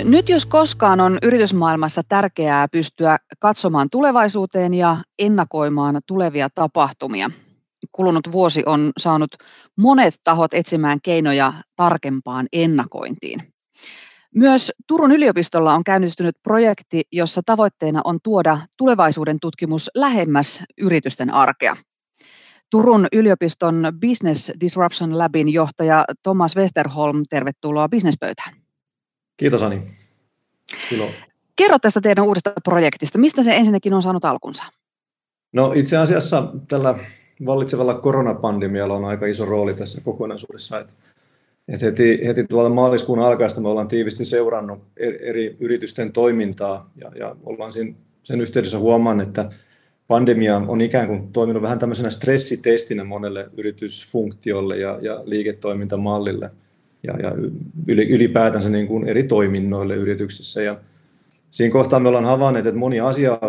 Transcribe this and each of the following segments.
Nyt jos koskaan on yritysmaailmassa tärkeää pystyä katsomaan tulevaisuuteen ja ennakoimaan tulevia tapahtumia. Kulunut vuosi on saanut monet tahot etsimään keinoja tarkempaan ennakointiin. Myös Turun yliopistolla on käynnistynyt projekti, jossa tavoitteena on tuoda tulevaisuuden tutkimus lähemmäs yritysten arkea. Turun yliopiston Business Disruption Labin johtaja Thomas Westerholm, tervetuloa Businesspöytään. Kiitos Ani. Ilo. Kerro tästä teidän uudesta projektista. Mistä se ensinnäkin on saanut alkunsa? No itse asiassa tällä vallitsevalla koronapandemialla on aika iso rooli tässä kokonaisuudessa. Heti tuolla maaliskuun alkaista me ollaan tiivisti seurannut eri yritysten toimintaa ja ollaan sen yhteydessä huomannut, että pandemia on ikään kuin toiminut vähän tämmöisenä stressitestinä monelle yritysfunktiolle ja liiketoimintamallille ja ylipäätänsä niin kuin eri toiminnoille yrityksissä. Ja siinä kohtaa me ollaan havainneet, että moni asia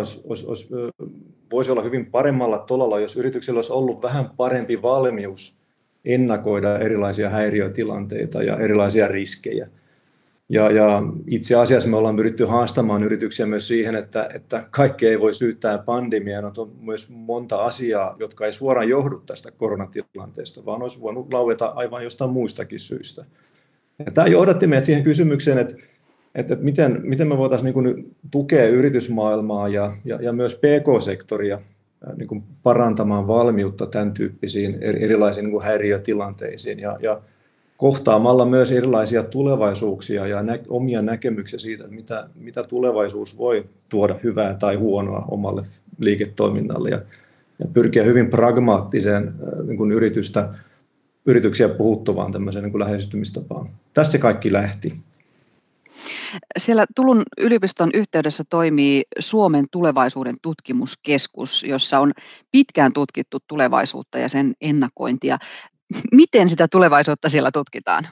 voisi olla hyvin paremmalla tolalla, jos yrityksellä olisi ollut vähän parempi valmius ennakoida erilaisia häiriötilanteita ja erilaisia riskejä. Ja itse asiassa me ollaan pyritty haastamaan yrityksiä myös siihen, että kaikki ei voi syyttää pandemiaa. On myös monta asiaa, jotka ei suoraan johdu tästä koronatilanteesta, vaan olisi voinut laueta aivan jostain muistakin syistä. Ja tämä johdatti meidät siihen kysymykseen, että miten me voitaisiin niin kuin tukea yritysmaailmaa ja myös PK-sektoria niin kuin parantamaan valmiutta tämän tyyppisiin erilaisiin niin kuin häiriötilanteisiin ja kohtaamalla myös erilaisia tulevaisuuksia ja omia näkemyksiä siitä, että mitä tulevaisuus voi tuoda hyvää tai huonoa omalle liiketoiminnalle ja pyrkiä hyvin pragmaattiseen niin kuin yrityksiä puhuttavaan tämmöiseen niin kuin lähestymistapaan. Tästä kaikki lähti. Siellä Turun yliopiston yhteydessä toimii Suomen tulevaisuuden tutkimuskeskus, jossa on pitkään tutkittu tulevaisuutta ja sen ennakointia. Miten sitä tulevaisuutta siellä tutkitaan?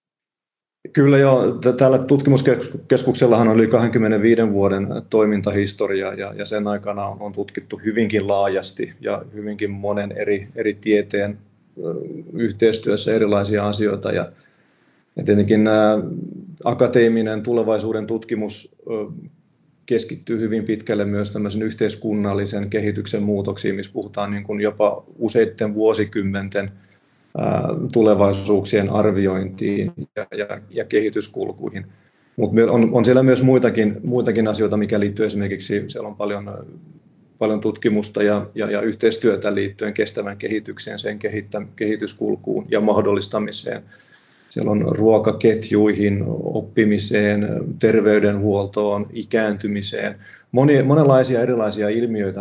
Kyllä joo. Tällä tutkimuskeskuksellahan on yli 25 vuoden toimintahistoria ja sen aikana on tutkittu hyvinkin laajasti ja hyvinkin monen eri tieteen yhteistyössä erilaisia asioita. Ja tietenkin akateeminen tulevaisuuden tutkimus keskittyy hyvin pitkälle myös tämmöisen yhteiskunnallisen kehityksen muutoksiin, missä puhutaan niin kuin jopa useiden vuosikymmenten tulevaisuuksien arviointiin ja kehityskulkuihin. Mutta on siellä myös muitakin asioita, mikä liittyy esimerkiksi, siellä on paljon tutkimusta ja yhteistyötä liittyen kestävän kehitykseen, sen kehityskulkuun ja mahdollistamiseen. Siellä on ruokaketjuihin, oppimiseen, terveydenhuoltoon, ikääntymiseen, monenlaisia erilaisia ilmiöitä,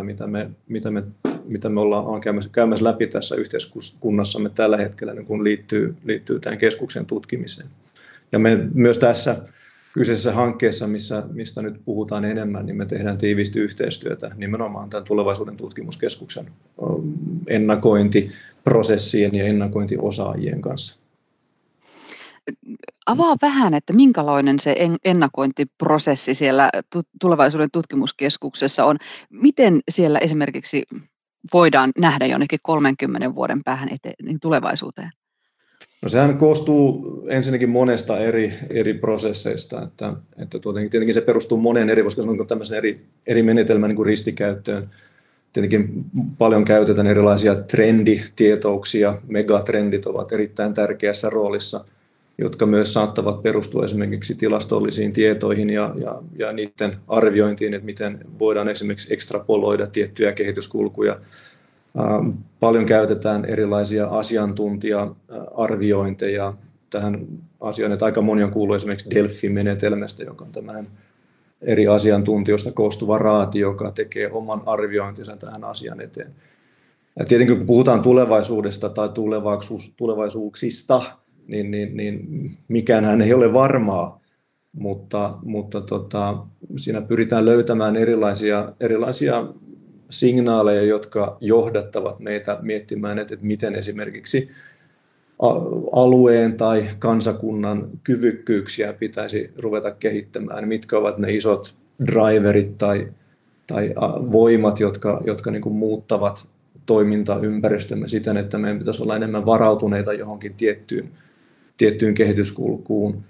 mitä me ollaan käymässä läpi tässä yhteiskunnassamme tällä hetkellä, niin kun liittyy tämän keskuksen tutkimiseen. Ja me myös tässä kyseisessä hankkeessa, mistä nyt puhutaan enemmän, niin me tehdään tiiviisti yhteistyötä nimenomaan tämän tulevaisuuden tutkimuskeskuksen ennakointiprosessien ja ennakointiosaajien kanssa. Avaa vähän, että minkälainen se ennakointiprosessi siellä tulevaisuuden tutkimuskeskuksessa on. Miten siellä esimerkiksi voidaan nähdä jonnekin 30 vuoden päähän tulevaisuuteen? No sehän koostuu ensinnäkin monesta eri prosesseista, että tietenkin se perustuu moneen voisiko sanoa tämmöisen eri menetelmän niin kuin ristikäyttöön. Tietenkin paljon käytetään erilaisia trenditietouksia, megatrendit ovat erittäin tärkeässä roolissa, jotka myös saattavat perustua esimerkiksi tilastollisiin tietoihin ja niiden arviointiin, että miten voidaan esimerkiksi ekstrapoloida tiettyjä kehityskulkuja. Paljon käytetään erilaisia asiantuntija-arviointeja tähän asiaan, että aika moni on kuullut esimerkiksi Delphi-menetelmästä, joka on tämmöinen eri asiantuntijoista koostuva raati, joka tekee oman arviointinsa tähän asian eteen. Ja tietenkin kun puhutaan tulevaisuudesta tai tulevaisuuksista, niin mikäänhän ei ole varmaa, mutta siinä pyritään löytämään erilaisia signaaleja, jotka johdattavat meitä miettimään, että miten esimerkiksi alueen tai kansakunnan kyvykkyyksiä pitäisi ruveta kehittämään, mitkä ovat ne isot driverit tai voimat, jotka niin kuin muuttavat toimintaympäristömme siten, että meidän pitäisi olla enemmän varautuneita johonkin tiettyyn kehityskulkuun.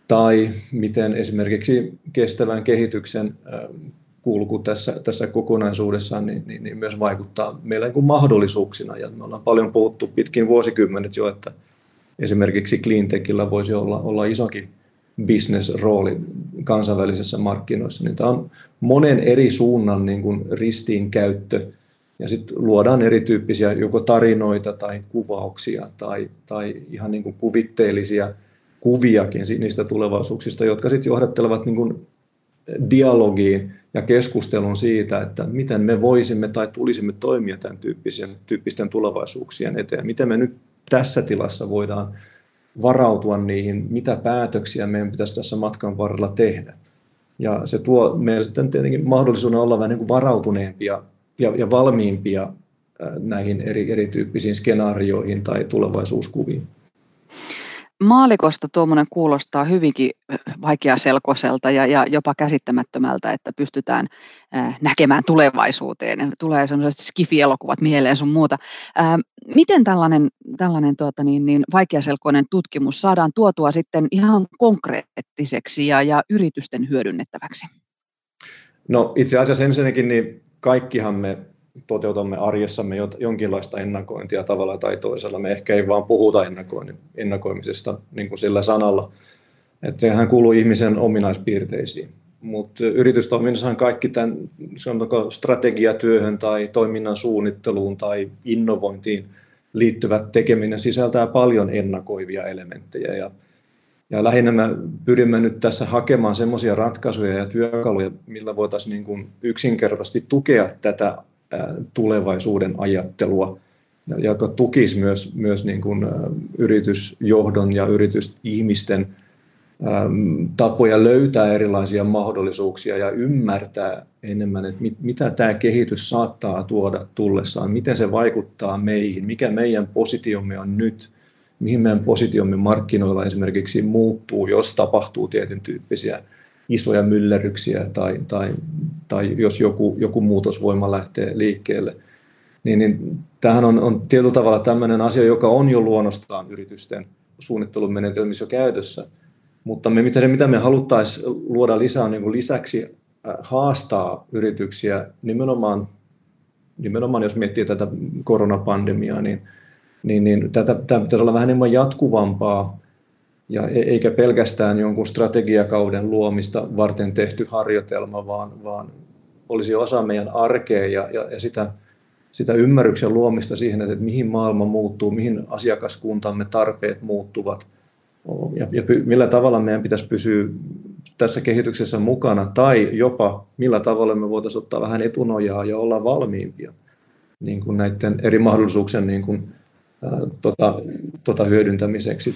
tai miten esimerkiksi kestävän kehityksen kulku tässä kokonaisuudessaan niin myös vaikuttaa meillä niin kuin mahdollisuuksina. Ja me ollaan paljon puhuttu pitkin vuosikymmenet jo, että esimerkiksi cleantechillä voisi olla isokin business-rooli kansainvälisissä markkinoissa. Niin tämä on monen eri suunnan niin kuin ristiinkäyttö, ja sitten luodaan erityyppisiä joko tarinoita tai kuvauksia tai ihan niin kuin kuvitteellisia kuviakin niistä tulevaisuuksista, jotka sitten johdattelevat niin kuin dialogiin ja keskustelun siitä, että miten me voisimme tai tulisimme toimia tämän tyyppisten tulevaisuuksien eteen. Miten me nyt tässä tilassa voidaan varautua niihin, mitä päätöksiä meidän pitäisi tässä matkan varrella tehdä. Ja se tuo meille sitten tietenkin mahdollisuuden olla vähän niin kuin varautuneempia ja valmiimpia näihin erityyppisiin skenaarioihin tai tulevaisuuskuviin. Maalikosta tuommoinen kuulostaa hyvinkin vaikeaselkoiselta ja jopa käsittämättömältä, että pystytään näkemään tulevaisuuteen. Tulee sellaiset skifi-elokuvat mieleen sun muuta. Miten tällainen vaikeaselkoinen tutkimus saadaan tuotua sitten ihan konkreettiseksi ja yritysten hyödynnettäväksi? No itse asiassa ensinnäkin niin kaikkihan me toteutamme arjessamme jonkinlaista ennakointia tavalla tai toisella. Me ehkä ei vaan puhuta ennakoimisesta niin kuin sillä sanalla, että sehän kuuluu ihmisen ominaispiirteisiin. Mutta yritystoiminnassahan kaikki tämän strategiatyöhön tai toiminnan suunnitteluun tai innovointiin liittyvät tekeminen sisältää paljon ennakoivia elementtejä. Ja lähinnä me pyrimme nyt tässä hakemaan semmoisia ratkaisuja ja työkaluja, millä voitaisiin niin kuin yksinkertaisesti tukea tätä tulevaisuuden ajattelua, joka tukisi myös niin kuin yritysjohdon ja yritysihmisten tapoja löytää erilaisia mahdollisuuksia ja ymmärtää enemmän, että mitä tämä kehitys saattaa tuoda tullessaan, miten se vaikuttaa meihin, mikä meidän positiomme on nyt, mihin meidän positiomme markkinoilla esimerkiksi muuttuu, jos tapahtuu tietyn tyyppisiä isoja myllerryksiä tai jos joku muutosvoima lähtee liikkeelle. Niin tämähän on tietyllä tavalla tämmöinen asia, joka on jo luonnostaan yritysten suunnittelumenetelmissä jo käytössä. Mutta mitä me haluttaisiin luoda lisää on niin kuin lisäksi haastaa yrityksiä nimenomaan jos miettii tätä koronapandemiaa, niin tämä pitäisi olla vähän enemmän jatkuvampaa ja eikä pelkästään jonkun strategiakauden luomista varten tehty harjoitelma, vaan olisi osa meidän arkea ja sitä ymmärryksen luomista siihen, että mihin maailma muuttuu, mihin asiakaskuntamme tarpeet muuttuvat ja millä tavalla meidän pitäisi pysyä tässä kehityksessä mukana tai jopa millä tavalla me voitaisiin ottaa vähän etunojaa ja olla valmiimpia niin kuin näiden eri mahdollisuuksien niin kuin, hyödyntämiseksi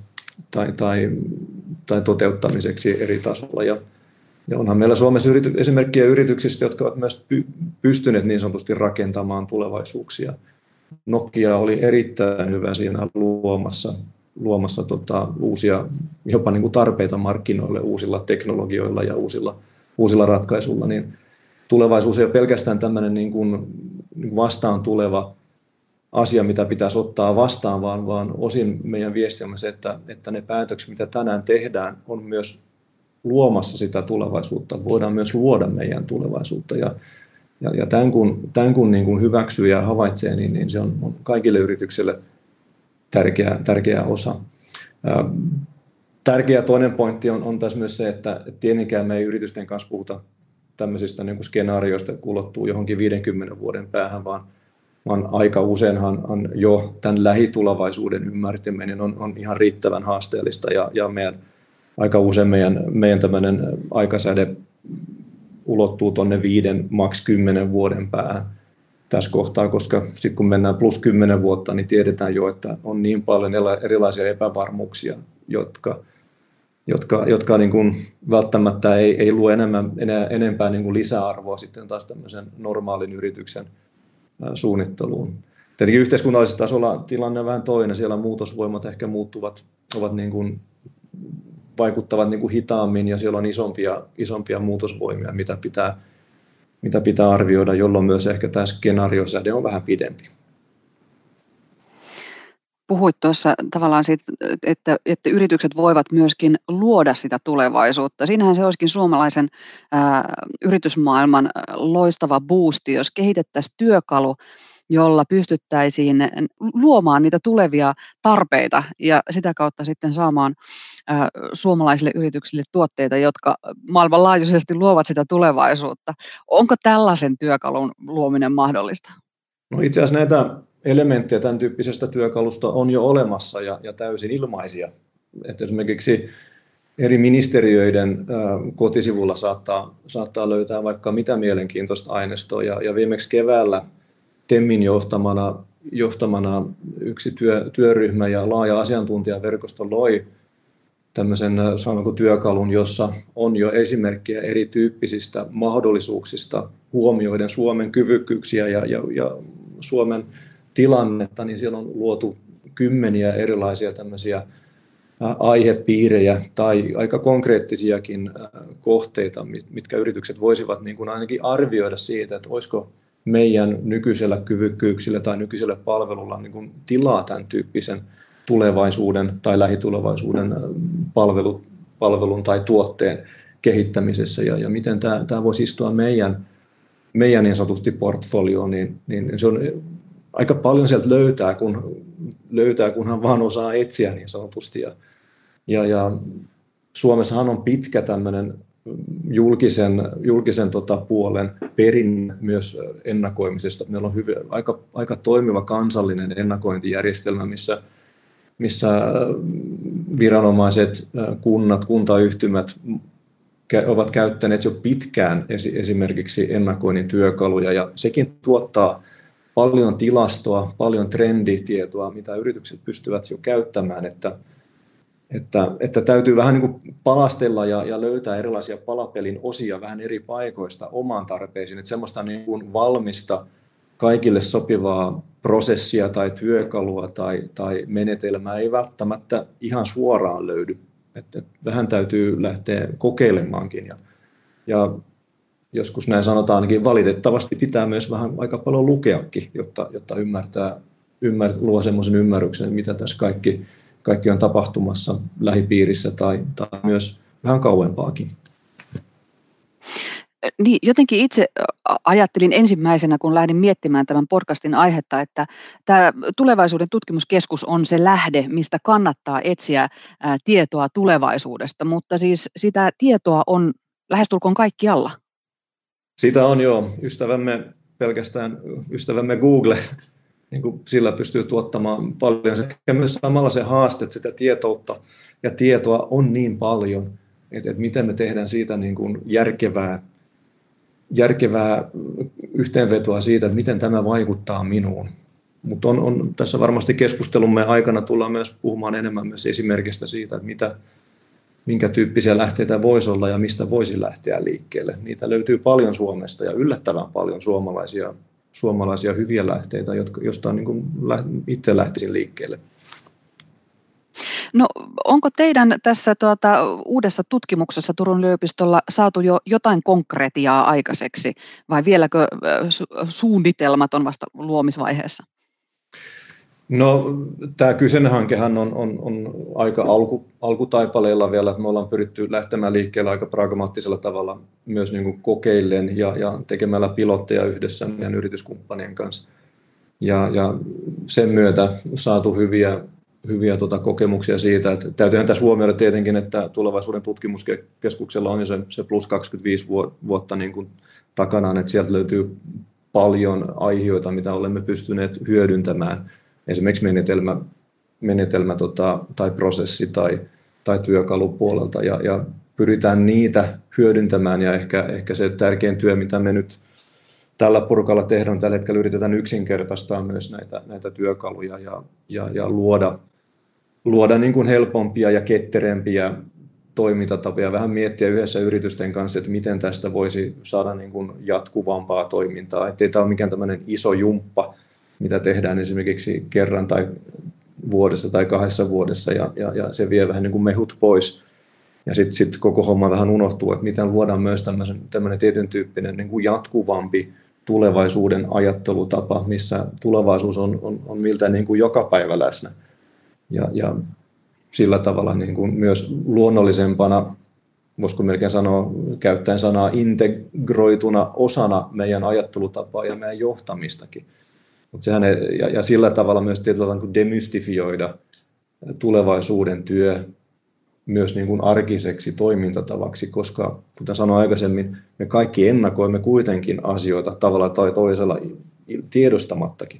tai toteuttamiseksi eri tasolla. Ja onhan meillä Suomessa esimerkkejä yrityksistä, jotka ovat myös pystyneet niin sanotusti rakentamaan tulevaisuuksia. Nokia oli erittäin hyvä siinä luomassa uusia jopa niin kuin tarpeita markkinoille uusilla teknologioilla ja uusilla ratkaisuilla. Niin tulevaisuus ei ole pelkästään tämmöinen niin kuin vastaan tuleva asia, mitä pitäisi ottaa vastaan, vaan osin meidän viestimme se, että ne päätökset, mitä tänään tehdään, on myös luomassa sitä tulevaisuutta. Voidaan myös luoda meidän tulevaisuutta. Ja tämän kun niin kuin hyväksyy ja havaitsee, niin se on kaikille yrityksille tärkeä osa. Tärkeä toinen pointti on tässä myös se, että tietenkään me ei yritysten kanssa puhuta tämmöisistä niin kuin skenaarioista, että ulottuu johonkin 50 vuoden päähän, vaan aika useinhan jo tämän lähitulevaisuuden ymmärtäminen on ihan riittävän haasteellista ja aika usein meidän tämmöinen aikasäde ulottuu tuonne 5, maks 10 vuoden päähän tässä kohtaa, koska sitten kun mennään plus 10 vuotta, niin tiedetään jo, että on niin paljon erilaisia epävarmuuksia, jotka niin kuin välttämättä ei luo enempää niin kuin lisäarvoa sitten taas tämmöisen normaalin yrityksen suunnitteluun. Tietenkin yhteiskunnallisella tasolla tilanne on vähän toinen, siellä muutosvoimat ehkä vaikuttavat niin kuin hitaammin ja siellä on isompia muutosvoimia, mitä pitää arvioida, jolloin myös ehkä tämä skenaariosäde on vähän pidempi. Puhuit tuossa tavallaan siitä, että yritykset voivat myöskin luoda sitä tulevaisuutta. Siinähän se olisikin suomalaisen yritysmaailman loistava boosti, jos kehitettäisiin työkalu, jolla pystyttäisiin luomaan niitä tulevia tarpeita ja sitä kautta sitten saamaan suomalaisille yrityksille tuotteita, jotka maailmanlaajuisesti luovat sitä tulevaisuutta. Onko tällaisen työkalun luominen mahdollista? No itse asiassa näitä elementtejä tämän tyyppisestä työkalusta on jo olemassa ja täysin ilmaisia. Et esimerkiksi eri ministeriöiden kotisivulla saattaa löytää vaikka mitä mielenkiintoista aineistoa. Ja viimeksi keväällä TEMin johtamana yksi työryhmä ja laaja asiantuntijaverkosto loi tämmöisen sanonko työkalun, jossa on jo esimerkkejä erityyppisistä mahdollisuuksista huomioiden Suomen kyvykkyyksiä ja Suomen tilannetta, niin siellä on luotu kymmeniä erilaisia tämmöisiä aihepiirejä tai aika konkreettisiakin kohteita, mitkä yritykset voisivat niin kuin ainakin arvioida siitä, että olisiko meidän nykyisellä kyvykkyyksillä tai nykyisellä palvelulla niin kuin tilaa tämän tyyppisen tulevaisuuden tai lähitulevaisuuden palvelun tai tuotteen kehittämisessä ja miten tämä voisi istua meidän niin sanotusti portfolioon, niin se on aika paljon sieltä löytää, kunhan vaan osaa etsiä niin sanotusti. Ja Suomessahan on pitkä tämmöinen julkisen puolen perinne myös ennakoimisesta. Meillä on aika toimiva kansallinen ennakointijärjestelmä, missä viranomaiset, kunnat, kuntayhtymät ovat käyttäneet jo pitkään esimerkiksi ennakoinnin työkaluja, ja sekin tuottaa paljon tilastoa, paljon trenditietoa, mitä yritykset pystyvät jo käyttämään, että täytyy vähän niin kuin palastella ja löytää erilaisia palapelin osia vähän eri paikoista omaan tarpeisiin, että semmoista niin kuin valmista kaikille sopivaa prosessia tai työkalua tai menetelmää ei välttämättä ihan suoraan löydy. Että vähän täytyy lähteä kokeilemaankin ja joskus näin sanotaankin, valitettavasti pitää myös vähän aika paljon lukeakin, jotta luo semmoisen ymmärryksen, mitä tässä kaikki on tapahtumassa lähipiirissä tai myös vähän kauempaakin. Niin, jotenkin itse ajattelin ensimmäisenä, kun lähdin miettimään tämän podcastin aihetta, että tämä Tulevaisuuden tutkimuskeskus on se lähde, mistä kannattaa etsiä tietoa tulevaisuudesta, mutta siis sitä tietoa on lähestulkoon kaikkialla. Sitä on jo. Ystävämme Google, niin kuin sillä pystyy tuottamaan paljon. Sekä myös samalla se haaste, että sitä tietoutta ja tietoa on niin paljon, että miten me tehdään siitä niin kuin järkevää yhteenvetoa siitä, että miten tämä vaikuttaa minuun. Mutta on tässä varmasti keskustelumme aikana tullaan myös puhumaan enemmän myös esimerkistä siitä, että minkä tyyppisiä lähteitä voisi olla ja mistä voisi lähteä liikkeelle. Niitä löytyy paljon Suomesta ja yllättävän paljon suomalaisia hyviä lähteitä, joista niin kuin itse lähtisin liikkeelle. No, onko teidän tässä uudessa tutkimuksessa Turun yliopistolla saatu jo jotain konkretiaa aikaiseksi vai vieläkö suunnitelmat on vasta luomisvaiheessa? No, tämä kyseinen hankehan on aika alkutaipaleella vielä, että me ollaan pyritty lähtemään liikkeelle aika pragmaattisella tavalla myös niin kuin kokeillen ja tekemällä pilotteja yhdessä meidän yrityskumppanien kanssa. Ja sen myötä saatu hyviä kokemuksia siitä, että täytyyhän tässä huomioida tietenkin, että Tulevaisuuden tutkimuskeskuksella on jo se plus 25 vuotta niin kuin takanaan, että sieltä löytyy paljon aiheita, mitä olemme pystyneet hyödyntämään. Esimerkiksi menetelmä tai prosessi tai työkalupuolelta ja pyritään niitä hyödyntämään ja ehkä se tärkein työ, mitä me nyt tällä porukalla tehdään, tällä hetkellä yritetään yksinkertaistaa myös näitä työkaluja ja luoda niin kuin helpompia ja ketterämpiä toimintatapoja, vähän miettiä yhdessä yritysten kanssa, että miten tästä voisi saada niin kuin jatkuvampaa toimintaa, ettei tämä ole mikään tämmöinen iso jumppa, mitä tehdään esimerkiksi kerran tai vuodessa tai 2 vuodessa ja se vie vähän niin kuin mehut pois ja sitten koko homma vähän unohtuu, että miten luodaan myös tämmöinen tietyn tyyppinen niin kuin jatkuvampi tulevaisuuden ajattelutapa, missä tulevaisuus on miltei niin kuin joka päivä läsnä. ja sillä tavalla niin kuin myös luonnollisempana, voisiko melkein sanoa, käyttäen sanaa integroituna osana meidän ajattelutapaa ja meidän johtamistakin. Ja sillä tavalla myös tietyllä tavalla demystifioida tulevaisuuden työ myös niin kuin arkiseksi toimintatavaksi, koska kuten sanoin aikaisemmin, me kaikki ennakoimme kuitenkin asioita tavalla tai toisella tiedostamattakin.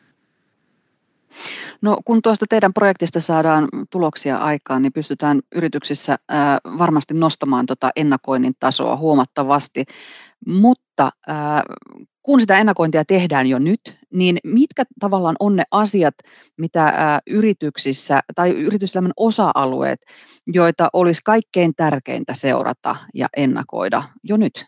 No, kun tuosta teidän projektista saadaan tuloksia aikaan, niin pystytään yrityksissä varmasti nostamaan ennakoinnin tasoa huomattavasti, mutta kun sitä ennakointia tehdään jo nyt, niin mitkä tavallaan on ne asiat, mitä yrityksissä tai yrityselämän osa-alueet, joita olisi kaikkein tärkeintä seurata ja ennakoida jo nyt?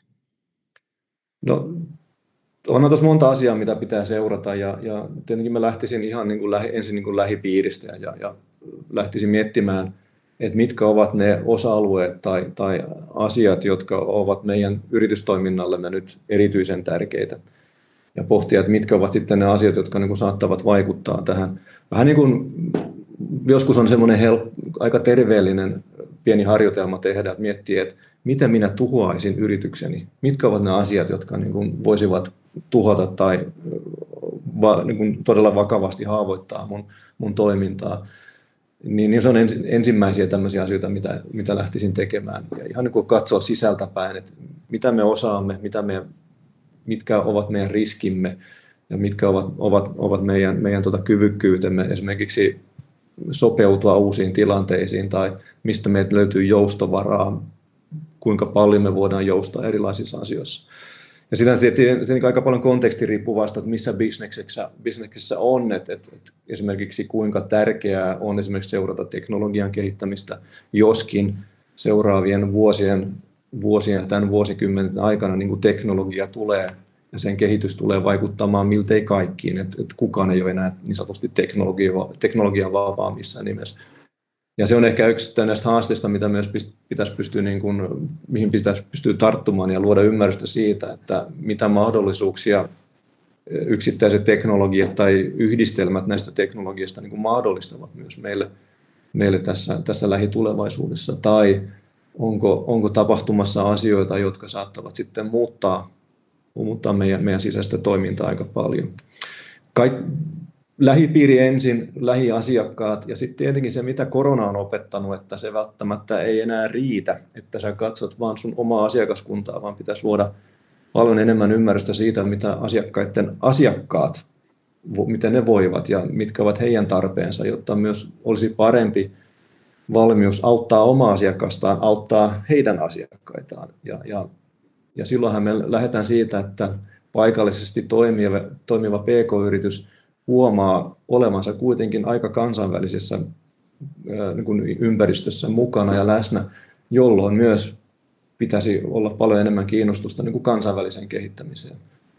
No, on tuossa monta asiaa, mitä pitää seurata ja tietenkin mä lähtisin ihan niin kuin ensin niin kuin lähipiiristä ja lähtisin miettimään, että mitkä ovat ne osa-alueet tai asiat, jotka ovat meidän yritystoiminnallemme nyt erityisen tärkeitä. Ja pohtia, että mitkä ovat sitten ne asiat, jotka niin kuin saattavat vaikuttaa tähän. Vähän niin kuin joskus on semmoinen aika terveellinen pieni harjoitelma tehdä, että miettiä, että miten minä tuhoaisin yritykseni. Mitkä ovat ne asiat, jotka niin kuin voisivat tuhota tai niin kuin todella vakavasti haavoittaa mun toimintaa. Niin se on ensimmäisiä tämmöisiä asioita, mitä lähtisin tekemään. Ja ihan niin kuin katsoa sisältäpäin, että mitä me osaamme, mitkä ovat meidän riskimme ja mitkä ovat meidän kyvykkyytemme esimerkiksi sopeutua uusiin tilanteisiin tai mistä meiltä löytyy joustovaraa, kuinka paljon me voidaan joustaa erilaisissa asioissa. Ja siinä on tietenkin aika paljon kontekstiriippuvasta, että missä bisneksessä on, että esimerkiksi kuinka tärkeää on esimerkiksi seurata teknologian kehittämistä, joskin seuraavien vuosien tämän vuosikymmenen aikana niin kuin teknologia tulee ja sen kehitys tulee vaikuttamaan miltei kaikkiin, että kukaan ei ole enää niin sanotusti teknologian vapaa missään nimessä. Ja se on ehkä yksi näistä haasteista, mitä myös pitäisi pystyä, mihin pitäisi pystyä tarttumaan ja luoda ymmärrystä siitä, että mitä mahdollisuuksia yksittäiset teknologiat tai yhdistelmät näistä teknologiasta niin kuin mahdollistavat myös meille tässä lähitulevaisuudessa. Tai onko tapahtumassa asioita, jotka saattavat sitten muuttaa meidän sisäistä toimintaa aika paljon. Lähipiiri ensin, lähiasiakkaat ja sitten tietenkin se, mitä korona on opettanut, että se välttämättä ei enää riitä, että sä katsot vaan sun omaa asiakaskuntaa, vaan pitäisi luoda paljon enemmän ymmärrystä siitä, mitä asiakkaiden asiakkaat, miten ne voivat ja mitkä ovat heidän tarpeensa, jotta myös olisi parempi valmius auttaa omaa asiakastaan, auttaa heidän asiakkaitaan. Ja silloinhan me lähdetään siitä, että paikallisesti toimiva PK-yritys huomaa olevansa kuitenkin aika kansainvälisessä ympäristössä mukana ja läsnä, jolloin myös pitäisi olla paljon enemmän kiinnostusta kansainväliseen kehittämiseen.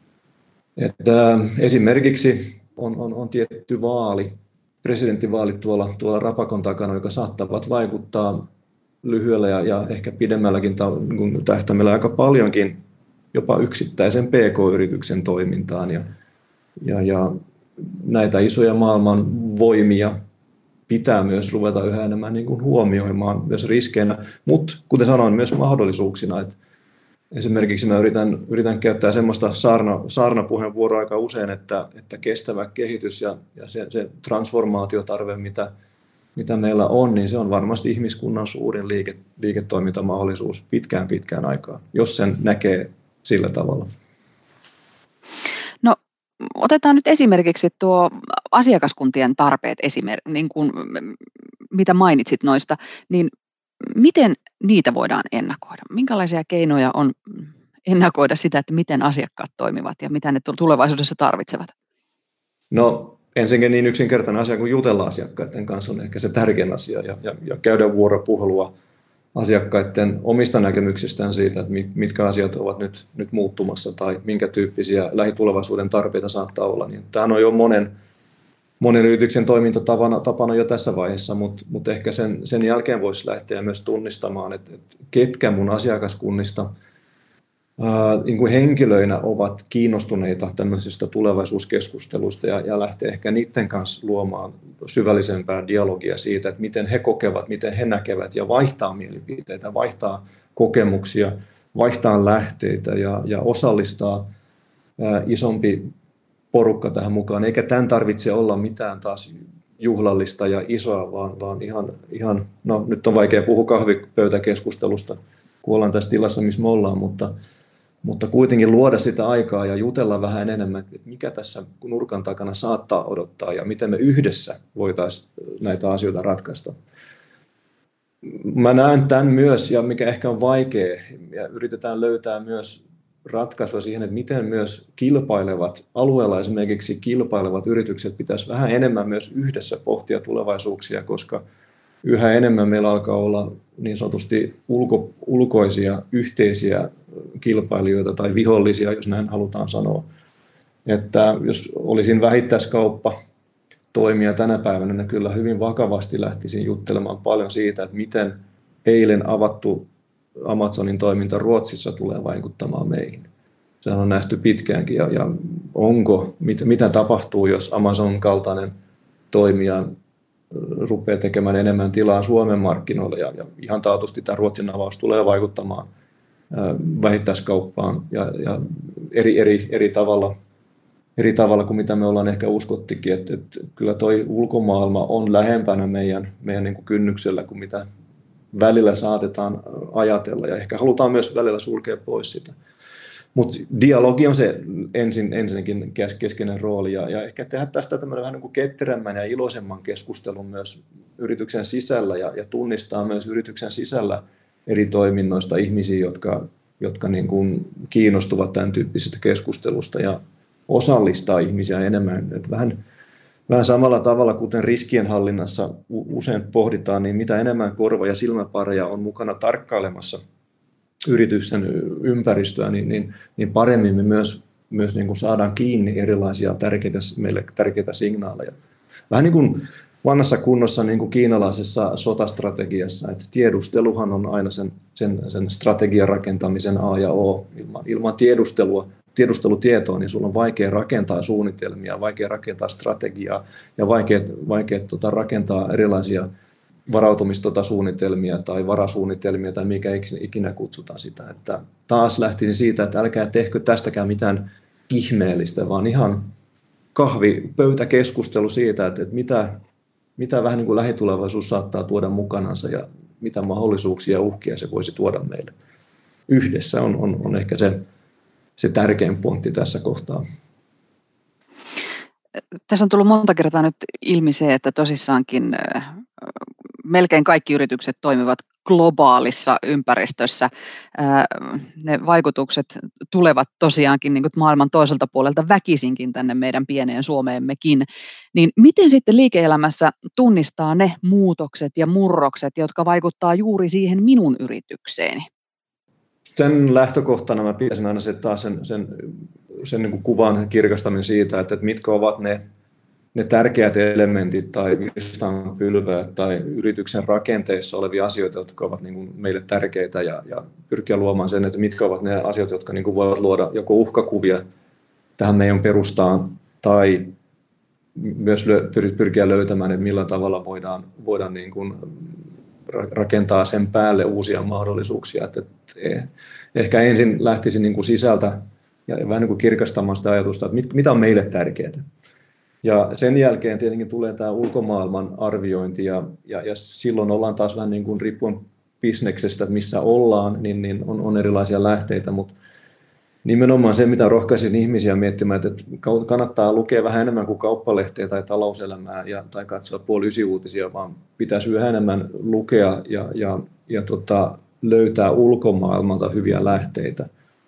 Että esimerkiksi on tietty presidenttivaalit tuolla rapakon takana, joka saattavat vaikuttaa lyhyellä ja ehkä pidemmälläkin tähtäimellä aika paljonkin jopa yksittäisen PK-yrityksen toimintaan. Ja näitä isoja maailman voimia pitää myös ruveta yhä enemmän huomioimaan myös riskeinä, mutta kuten sanoin, myös mahdollisuuksina. Että esimerkiksi mä yritän käyttää semmoista saarnapuheenvuoroa aika usein, että kestävä kehitys ja se transformaatiotarve, mitä meillä on, niin se on varmasti ihmiskunnan suurin liiketoimintamahdollisuus pitkään aikaan, jos sen näkee sillä tavalla. No, otetaan nyt esimerkiksi tuo asiakaskuntien tarpeet, niin kuin, mitä mainitsit noista, niin miten niitä voidaan ennakoida? Minkälaisia keinoja on ennakoida sitä, että miten asiakkaat toimivat ja mitä ne tulevaisuudessa tarvitsevat? No, ensinnäkin niin yksinkertainen asia kuin jutella asiakkaiden kanssa on ehkä se tärkein asia ja käydä vuoropuhelua asiakkaiden omista näkemyksistään siitä, että mitkä asiat ovat nyt muuttumassa tai minkä tyyppisiä lähitulevaisuuden tarpeita saattaa olla. Niin tämähän on jo monen yrityksen toimintatapana jo tässä vaiheessa, mutta ehkä sen jälkeen voisi lähteä myös tunnistamaan, että ketkä mun asiakaskunnista niin kuin henkilöinä ovat kiinnostuneita tämmöisistä tulevaisuuskeskusteluista ja lähteä ehkä niiden kanssa luomaan syvällisempää dialogia siitä, että miten he kokevat, miten he näkevät ja vaihtaa mielipiteitä, vaihtaa kokemuksia, vaihtaa lähteitä ja osallistaa isompi porukka tähän mukaan. Eikä tämän tarvitse olla mitään taas juhlallista ja isoa, vaan ihan no nyt on vaikea puhua kahvipöytäkeskustelusta, kun ollaan tässä tilassa, missä me ollaan, mutta kuitenkin luoda sitä aikaa ja jutella vähän enemmän, että mikä tässä nurkan takana saattaa odottaa ja miten me yhdessä voitaisiin näitä asioita ratkaista. Mä näen tämän myös, ja mikä ehkä on vaikea, ja yritetään löytää myös ratkaisua siihen, että miten myös kilpailevat, alueella esimerkiksi kilpailevat yritykset pitäisi vähän enemmän myös yhdessä pohtia tulevaisuuksia, koska yhä enemmän meillä alkaa olla niin sanotusti ulkoisia yhteisiä kilpailijoita tai vihollisia, jos näin halutaan sanoa. Että jos olisin vähittäiskauppa toimija tänä päivänä, niin kyllä hyvin vakavasti lähtisin juttelemaan paljon siitä, että miten eilen avattu Amazonin toiminta Ruotsissa tulee vaikuttamaan meihin. Sehän on nähty pitkäänkin ja mitä tapahtuu, jos Amazon kaltainen toimija rupeaa tekemään enemmän tilaa Suomen markkinoille ja ihan taatusti tämä Ruotsin avaus tulee vaikuttamaan vähittäiskauppaan ja eri tavalla kuin mitä me ollaan ehkä uskottikin, että kyllä toi ulkomaailma on lähempänä meidän niin kuin kynnyksellä kuin mitä välillä saatetaan ajatella ja ehkä halutaan myös välillä sulkea pois sitä. Mutta dialogi on se ensinnäkin keskeinen rooli ja ehkä tehdä tästä tämmöinen vähän niin kuin ketterämmän ja iloisemman keskustelun myös yrityksen sisällä ja tunnistaa myös yrityksen sisällä eri toiminnoista ihmisiä, jotka niin kuin kiinnostuvat tämän tyyppisestä keskustelusta ja osallistaa ihmisiä enemmän. Et vähän samalla tavalla, kuten riskienhallinnassa usein pohditaan, niin mitä enemmän korva- ja silmäpareja on mukana tarkkailemassa yrityksen ympäristöä, niin paremmin me myös niin kuin saadaan kiinni erilaisia meille tärkeitä signaaleja. Vähän niin kuin vanhassa kunnossa niin kuin kiinalaisessa sotastrategiassa, että tiedusteluhan on aina sen strategian rakentamisen A ja O. Ilman tiedustelutietoa, niin sulla on vaikea rakentaa suunnitelmia, vaikea rakentaa strategiaa ja vaikea rakentaa erilaisia varautumistasuunnitelmia tai varasuunnitelmia tai mikä ikinä kutsutaan sitä. Että taas lähtisin siitä, että älkää tehkö tästäkään mitään ihmeellistä, vaan ihan kahvipöytäkeskustelu siitä, että mitä vähän niin kuin lähitulevaisuus saattaa tuoda mukanansa ja mitä mahdollisuuksia ja uhkia se voisi tuoda meille. Yhdessä on ehkä se tärkein pointti tässä kohtaa. Tässä on tullut monta kertaa nyt ilmi se, että tosissaankin melkein kaikki yritykset toimivat globaalissa ympäristössä. Ne vaikutukset tulevat tosiaankin niin kuin maailman toiselta puolelta väkisinkin tänne meidän pieneen Suomeemmekin. Niin miten sitten liike-elämässä tunnistaa ne muutokset ja murrokset, jotka vaikuttaa juuri siihen minun yritykseeni? Sen lähtökohtana mä pitäisin aina asettaa sen niin kuin kuvan kirkastaminen siitä, että mitkä ovat ne tärkeät elementit tai virstanpylväät tai yrityksen rakenteissa olevia asioita, jotka ovat niin kuin meille tärkeitä ja pyrkiä luomaan sen, että mitkä ovat ne asiat, jotka niin kuin voivat luoda joko uhkakuvia tähän meidän perustaan tai myös pyrkiä löytämään, että millä tavalla voidaan niin kuin rakentaa sen päälle uusia mahdollisuuksia. Että ehkä ensin lähtisin niin kuin sisältä ja vähän niin kuin kirkastamaan sitä ajatusta, että mitä on meille tärkeää. Ja sen jälkeen tietenkin tulee tämä ulkomaailman arviointi ja silloin ollaan taas vähän niin kuin riippuen bisneksestä, missä ollaan, niin on erilaisia lähteitä, mutta nimenomaan se, mitä rohkaisin ihmisiä miettimään, että kannattaa lukea vähän enemmän kuin kauppalehteä tai talouselämää tai katsoa puoli uutisia, vaan pitäisi yhä enemmän lukea ja löytää ulkomaailmalta hyviä lähteitä.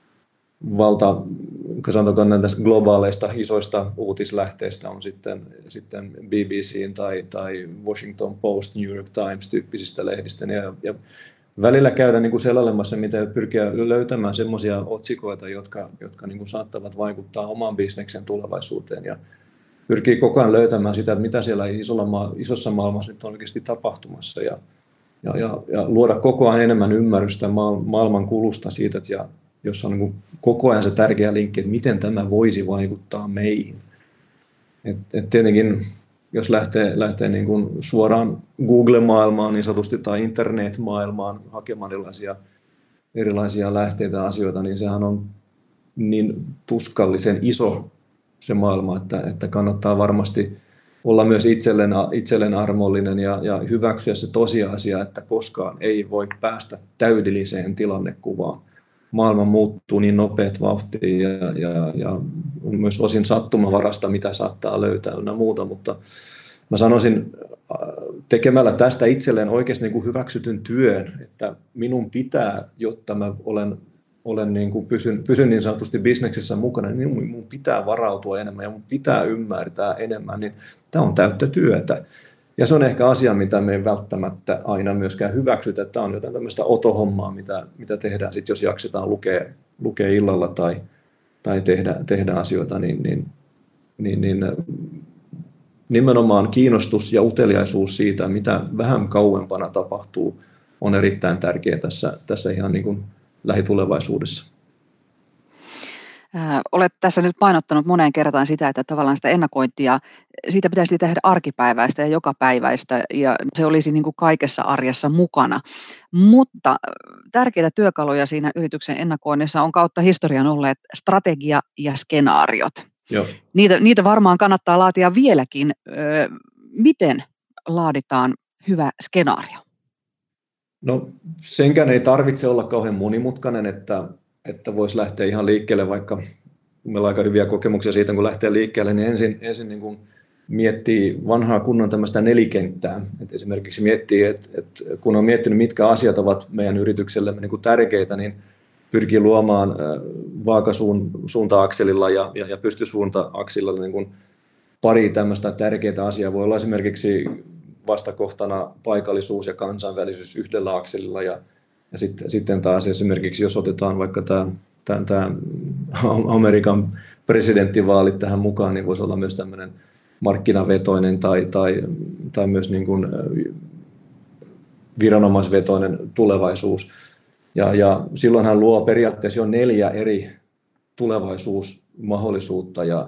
Sanotaan näistä globaaleista isoista uutislähteistä on sitten BBC:n tai Washington Post, New York Times tyyppisistä lehdistä ja välillä käydä niin kuin selailemassa, mitä pyrkiä löytämään semmoisia otsikoita, jotka niin kuin saattavat vaikuttaa oman bisneksen tulevaisuuteen ja pyrkii koko ajan löytämään sitä, että mitä siellä isossa maailmassa nyt on oikeasti tapahtumassa ja luoda koko ajan enemmän ymmärrystä maailman kulusta siitä, että jossa on niin kuin koko ajan se tärkeä linkki, että miten tämä voisi vaikuttaa meihin. Et tietenkin jos lähtee niin kuin suoraan Google-maailmaan niin sanotusti tai internet-maailmaan hakemaan erilaisia lähteitä ja asioita, niin sehän on niin tuskallisen iso se maailma, että kannattaa varmasti olla myös itselleen armollinen ja hyväksyä se tosiasia, että koskaan ei voi päästä täydelliseen tilannekuvaan. Maailma muuttuu niin nopeat vauhtiin ja on myös osin sattumavarasta, mitä saattaa löytää ja muuta, mutta mä sanoisin tekemällä tästä itselleen oikeasti niin kuin hyväksytyn työn, että minun pitää, jotta mä olen niin kuin pysyn niin sanotusti bisneksessä mukana, niin minun pitää varautua enemmän ja minun pitää ymmärtää enemmän, niin tämä on täyttä työtä. Ja se on ehkä asia, mitä me ei välttämättä aina myöskään hyväksytä. Tämä on jotain tämmöistä otohommaa, mitä tehdään sit, jos jaksetaan lukea illalla tai tehdä asioita, niin nimenomaan kiinnostus ja uteliaisuus siitä, mitä vähän kauempana tapahtuu, on erittäin tärkeää tässä ihan niin kuin lähitulevaisuudessa. Olet tässä nyt painottanut moneen kertaan sitä, että tavallaan sitä ennakointia, siitä pitäisi tehdä arkipäiväistä ja jokapäiväistä, ja se olisi niin kuin kaikessa arjessa mukana. Mutta tärkeitä työkaluja siinä yrityksen ennakoinnissa on kautta historian olleet strategia ja skenaariot. Joo. Niitä varmaan kannattaa laatia vieläkin. Miten laaditaan hyvä skenaario? No senkään ei tarvitse olla kauhean monimutkainen, että voisi lähteä ihan liikkeelle, vaikka meillä on aika hyviä kokemuksia siitä, kun lähtee liikkeelle, niin ensin niin kuin miettii vanhaa kunnon tämmöistä nelikenttää. Et esimerkiksi miettii, että kun on miettinyt, mitkä asiat ovat meidän yrityksellemme niin kuin tärkeitä, niin pyrkii luomaan vaakasuunta-akselilla ja pystysuunta-akselilla niin kuin pari tämmöistä tärkeää asiaa. Voi olla esimerkiksi vastakohtana paikallisuus ja kansainvälisyys yhdellä akselilla ja sitten taas esimerkiksi, jos otetaan vaikka tämä Amerikan presidenttivaalit tähän mukaan, niin voisi olla myös tämmöinen markkinavetoinen tai myös niin kuin viranomaisvetoinen tulevaisuus. Ja silloin hän luo periaatteessa jo 4 eri tulevaisuusmahdollisuutta ja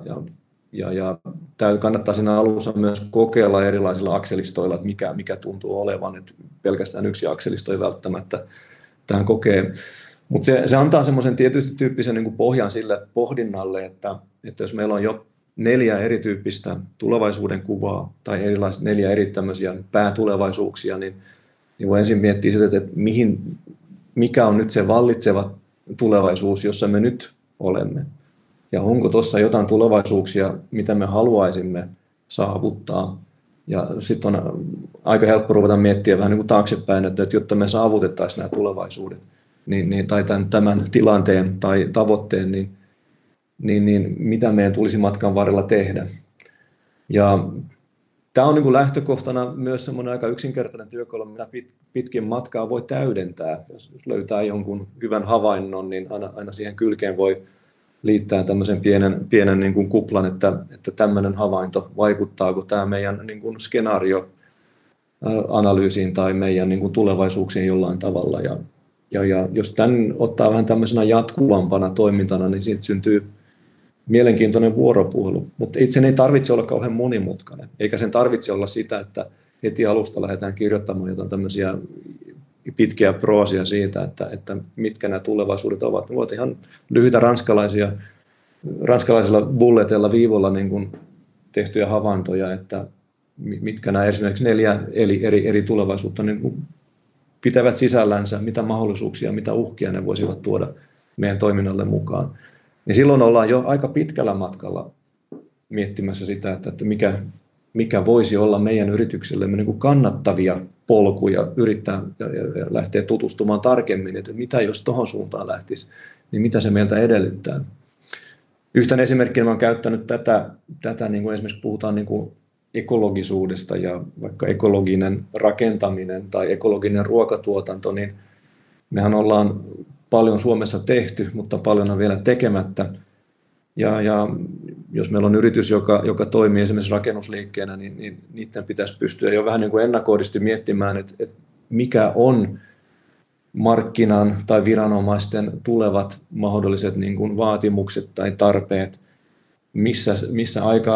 kannattaa siinä alussa myös kokeilla erilaisilla akselistoilla, että mikä tuntuu olevan, että pelkästään yksi akselisto ei välttämättä tähän kokee. Mutta se antaa semmoisen tietysti tyyppisen niin kuin pohjan sille pohdinnalle, että jos meillä on jo 4 erityyppistä tulevaisuuden kuvaa tai erilaiset 4 eri tämmöisiä päätulevaisuuksia, niin voi ensin miettiä sitä, että mikä on nyt se vallitseva tulevaisuus, jossa me nyt olemme. Ja onko tuossa jotain tulevaisuuksia, mitä me haluaisimme saavuttaa. Ja sitten on aika helppo ruveta miettiä vähän niin kuin taaksepäin, että jotta me saavutettaisiin nämä tulevaisuudet tai tämän tilanteen tai tavoitteen, niin mitä meidän tulisi matkan varrella tehdä. Ja tämä on niin kuin lähtökohtana myös semmoinen aika yksinkertainen työkalu, mitä pitkin matkaa voi täydentää. Jos löytää jonkun hyvän havainnon, niin aina siihen kylkeen voi liittää tämmöisen pienen niin kuin kuplan, että tämmöinen havainto, vaikuttaako tämä meidän niin kuin skenaarioanalyysiin tai meidän niin kuin tulevaisuuksiin jollain tavalla. Ja jos tämän ottaa vähän tämmöisenä jatkuvampana toimintana, niin siitä syntyy mielenkiintoinen vuoropuhelu. Mutta sen ei tarvitse olla kauhean monimutkainen, eikä sen tarvitse olla sitä, että heti alusta lähdetään kirjoittamaan jotain tämmöisiä pitkiä proosia siitä, että mitkä nämä tulevaisuudet ovat. Ne ovat ihan lyhyitä ranskalaisilla bulleteilla viivoilla niin kuin tehtyjä havaintoja, että mitkä nämä esimerkiksi 4 eri tulevaisuutta niin kuin pitävät sisällänsä, mitä mahdollisuuksia, mitä uhkia ne voisivat tuoda meidän toiminnalle mukaan. Niin silloin ollaan jo aika pitkällä matkalla miettimässä sitä, että mikä voisi olla meidän yrityksellemme niin kuin kannattavia polkuja yrittää ja lähteä tutustumaan tarkemmin, että mitä jos tuohon suuntaan lähtisi, niin mitä se meiltä edellyttää. Yhtenä esimerkkinä olen käyttänyt tätä niin kuin esimerkiksi puhutaan niin kuin ekologisuudesta ja vaikka ekologinen rakentaminen tai ekologinen ruokatuotanto, niin mehän ollaan paljon Suomessa tehty, mutta paljon on vielä tekemättä. Ja jos meillä on yritys, joka toimii esimerkiksi rakennusliikkeenä, niin niiden pitäisi pystyä jo vähän niin kuin ennakoidusti miettimään, että mikä on markkinan tai viranomaisten tulevat mahdolliset niin kuin vaatimukset tai tarpeet, missä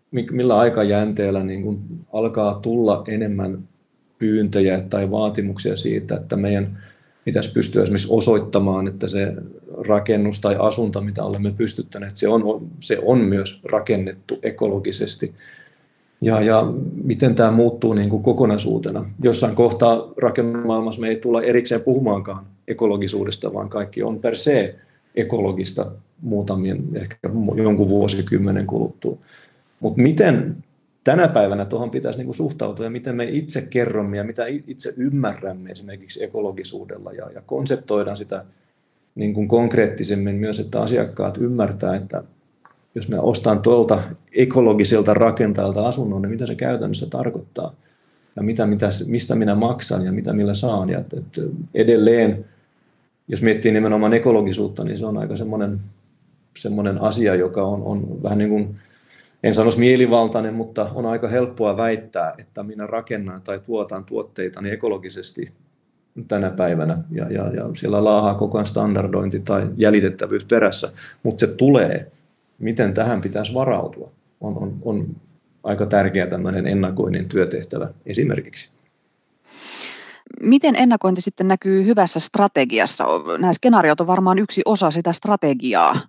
millä aikajänteellä niin kuin alkaa tulla enemmän pyyntöjä tai vaatimuksia siitä, että meidän pitäisi pystyä esimerkiksi osoittamaan, että se rakennus tai asunto, mitä olemme pystyttäneet, se on myös rakennettu ekologisesti. Ja miten tämä muuttuu niin kuin kokonaisuutena. Jossain kohtaa rakennusmaailmassa me ei tulla erikseen puhumaankaan ekologisuudesta, vaan kaikki on per se ekologista muutamien, ehkä jonkun vuosikymmenen kuluttua. Mutta miten tänä päivänä tuohon pitäisi niinku suhtautua ja miten me itse kerromme ja mitä itse ymmärrämme esimerkiksi ekologisuudella ja konseptoidaan sitä niinku konkreettisemmin myös, että asiakkaat ymmärtää, että jos me ostan tuolta ekologiselta rakentajalta asunnon, niin mitä se käytännössä tarkoittaa ja mistä minä maksan ja mitä millä saan. Ja edelleen, jos miettii nimenomaan ekologisuutta, niin se on aika semmoinen asia, joka on vähän niin kuin, en sanoisi mielivaltainen, mutta on aika helppoa väittää, että minä rakennan tai tuotan tuotteitani ekologisesti tänä päivänä. Ja siellä laahaa koko ajan standardointi tai jäljitettävyys perässä, mutta se tulee. Miten tähän pitäisi varautua? On aika tärkeä tämmöinen ennakoinnin työtehtävä esimerkiksi. Miten ennakointi sitten näkyy hyvässä strategiassa? Nämä skenaariot on varmaan yksi osa sitä strategiaa.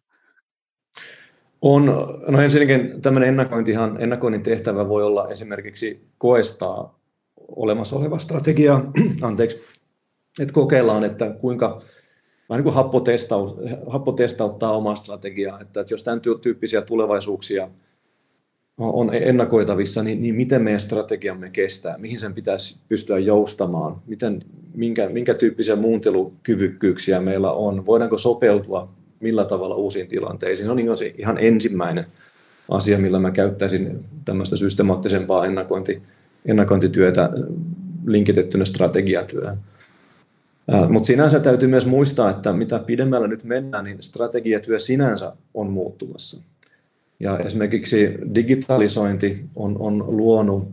No ensinnäkin tämmöinen ennakoinnin tehtävä voi olla esimerkiksi koestaa olemassa olevaa strategiaa, että kokeillaan, että kuinka vähän niin kuin happotestauttaa omaa strategiaa, että jos tämän tyyppisiä tulevaisuuksia on ennakoitavissa, niin miten meidän strategiamme kestää, mihin sen pitäisi pystyä joustamaan, minkä tyyppisiä muuntelukyvykkyyksiä meillä on, voidaanko sopeutua millä tavalla uusiin tilanteisiin. On se ihan ensimmäinen asia, millä mä käyttäisin tämmöistä systemaattisempaa ennakointityötä linkitettynä strategiatyöhön. Mutta sinänsä täytyy myös muistaa, että mitä pidemmällä nyt mennään, niin strategiatyö sinänsä on muuttumassa. Ja esimerkiksi digitalisointi on luonut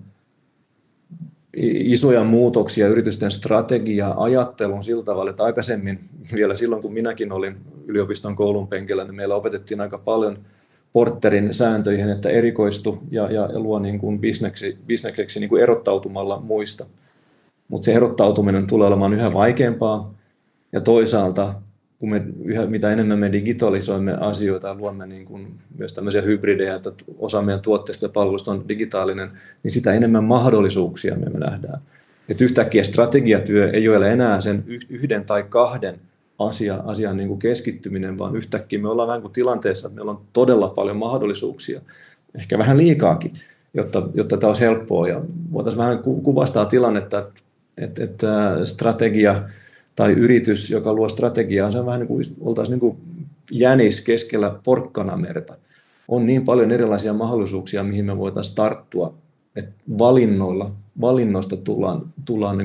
isoja muutoksia yritysten strategia-ajattelun sillä tavalla, että aikaisemmin vielä silloin, kun minäkin olin yliopiston koulun penkillä, niin meillä opetettiin aika paljon Porterin sääntöihin, että erikoistu ja luo niin kuin bisnekseksi niin kuin erottautumalla muista. Mutta se erottautuminen tulee olemaan yhä vaikeampaa ja toisaalta kun mitä enemmän me digitalisoimme asioita ja luomme niin kuin myös tämmöisiä hybridejä, että osa meidän tuotteista ja palveluista on digitaalinen, niin sitä enemmän mahdollisuuksia me nähdään. Et yhtäkkiä strategiatyö ei ole enää sen yhden tai kahden asian niin kuin keskittyminen, vaan yhtäkkiä me ollaan vähän kuin tilanteessa, että meillä on todella paljon mahdollisuuksia, ehkä vähän liikaakin, jotta tämä olisi helppoa. Ja voitaisiin vähän kuvastaa tilannetta, että strategia tai yritys, joka luo strategiaa, se on vähän niin kuin oltaisiin niin kuin jänis keskellä porkkanamerta. On niin paljon erilaisia mahdollisuuksia, mihin me voitaisiin tarttua, että valinnoista tullaan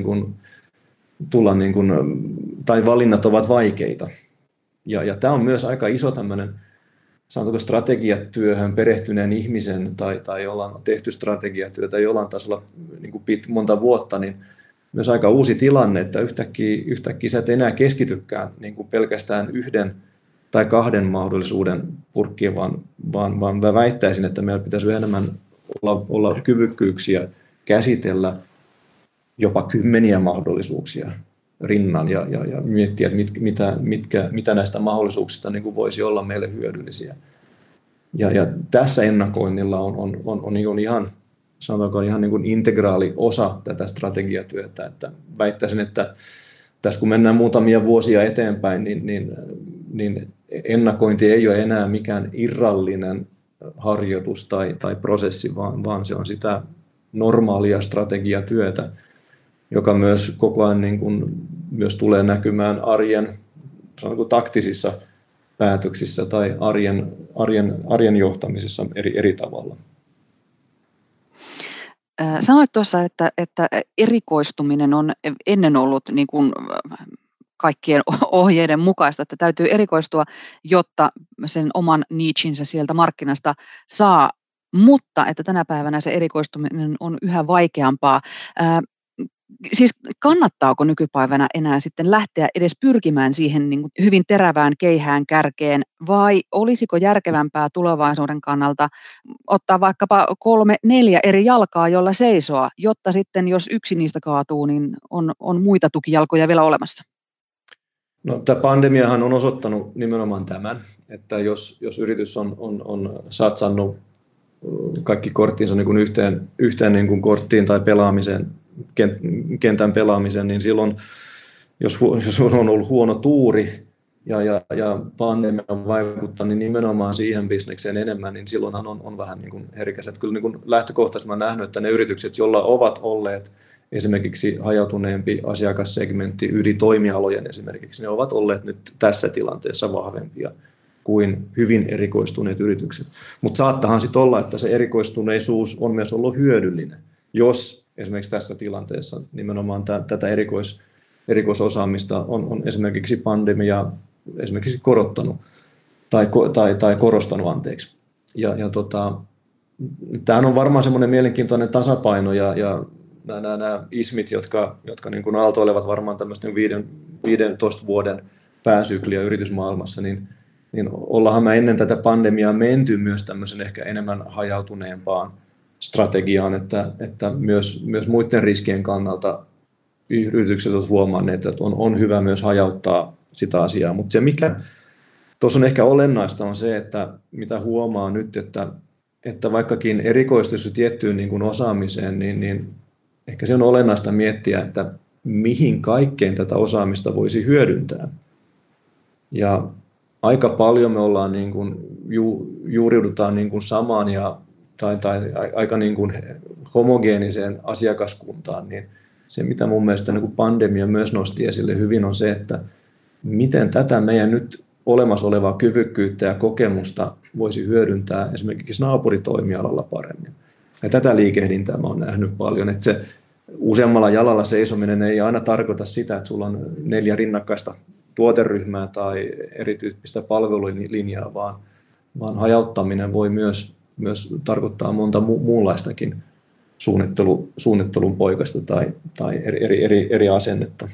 niin kuin, tai valinnat ovat vaikeita. Ja tämä on myös aika iso tämmöinen, sanotaanko strategiatyöhön perehtyneen ihmisen, tai ollaan tehty strategiatyötä jollain tasolla niin kuin monta vuotta, niin myös aika uusi tilanne, että yhtäkkiä sä et enää keskitykään niin kuin pelkästään yhden tai kahden mahdollisuuden purkkiin, vaan mä väittäisin, että meillä pitäisi enemmän olla kyvykkyyksiä käsitellä jopa kymmeniä mahdollisuuksia rinnan ja miettiä, että mitä näistä mahdollisuuksista niin kuin voisi olla meille hyödyllisiä. Ja tässä ennakoinnilla on ihan, sanotaanko ihan niin kuin integraali osa tätä strategiatyötä, että väittäisin, että tässä kun mennään muutamia vuosia eteenpäin, niin ennakointi ei ole enää mikään irrallinen harjoitus tai prosessi, vaan se on sitä normaalia strategiatyötä, joka myös koko ajan niin kuin myös tulee näkymään arjen taktisissa päätöksissä tai arjen johtamisessa eri tavalla. Sanoit tuossa, että erikoistuminen on ennen ollut niin kuin kaikkien ohjeiden mukaista, että täytyy erikoistua, jotta sen oman nichinsä sieltä markkinasta saa, mutta että tänä päivänä se erikoistuminen on yhä vaikeampaa. Siis kannattaako nykypäivänä enää sitten lähteä edes pyrkimään siihen niin kuin hyvin terävään keihään kärkeen, vai olisiko järkevämpää tulevaisuuden kannalta ottaa vaikkapa 3-4 eri jalkaa, jolla seisoa, jotta sitten jos yksi niistä kaatuu, niin on muita tukijalkoja vielä olemassa? No, tämä pandemiahan on osoittanut nimenomaan tämän, että jos yritys on satsannut kaikki korttiinsa niin kuin yhteen niin kuin korttiin tai pelaamiseen, kentän pelaamiseen, niin silloin, jos on ollut huono tuuri ja pandemia on vaikuttanut niin nimenomaan siihen bisnekseen enemmän, niin silloinhan on vähän niin kuin herkäs. Että kyllä niin kuin lähtökohtaisesti olen nähnyt, että ne yritykset, joilla ovat olleet esimerkiksi hajautuneempi asiakassegmentti yli toimialojen esimerkiksi, ne ovat olleet nyt tässä tilanteessa vahvempia kuin hyvin erikoistuneet yritykset. Mutta saattahan sitten olla, että se erikoistuneisuus on myös ollut hyödyllinen, jos esimerkiksi tässä tilanteessa nimenomaan tätä erikoisosaamista on esimerkiksi pandemia esimerkiksi korottanut tai korostanut anteeksi. Tämähän on varmaan semmoinen mielenkiintoinen tasapaino ja nämä ismit, jotka niin kuin aaltoilevat varmaan tämmöisten 15 vuoden pääsykliä yritysmaailmassa, niin ollaanhan me ennen tätä pandemiaa menty myös tämmöisen ehkä enemmän hajautuneempaan strategiaan, että myös muiden riskien kannalta yritykset ovat huomanneet, että on hyvä myös hajauttaa sitä asiaa. Mutta se, mikä tuossa on ehkä olennaista, on se, että mitä huomaa nyt, että vaikkakin erikoistuisi tiettyyn niin kuin osaamiseen, niin ehkä se on olennaista miettiä, että mihin kaikkeen tätä osaamista voisi hyödyntää. Ja aika paljon me ollaan niin kuin, juuriudutaan niin kuin samaan tai aika niin kuin homogeeniseen asiakaskuntaan, niin se, mitä mun mielestä niin kuin pandemia myös nosti esille hyvin, on se, että miten tätä meidän nyt olemassa olevaa kyvykkyyttä ja kokemusta voisi hyödyntää esimerkiksi naapuritoimialalla paremmin. Ja tätä liikehdintää mä oon nähnyt paljon, että se useammalla jalalla seisominen ei aina tarkoita sitä, että sulla on 4 rinnakkaista tuoteryhmää tai erityyppistä palvelulinjaa, vaan hajauttaminen voi myös tarkoittaa monta muunlaistakin suunnittelun poikasta tai eri asennetta.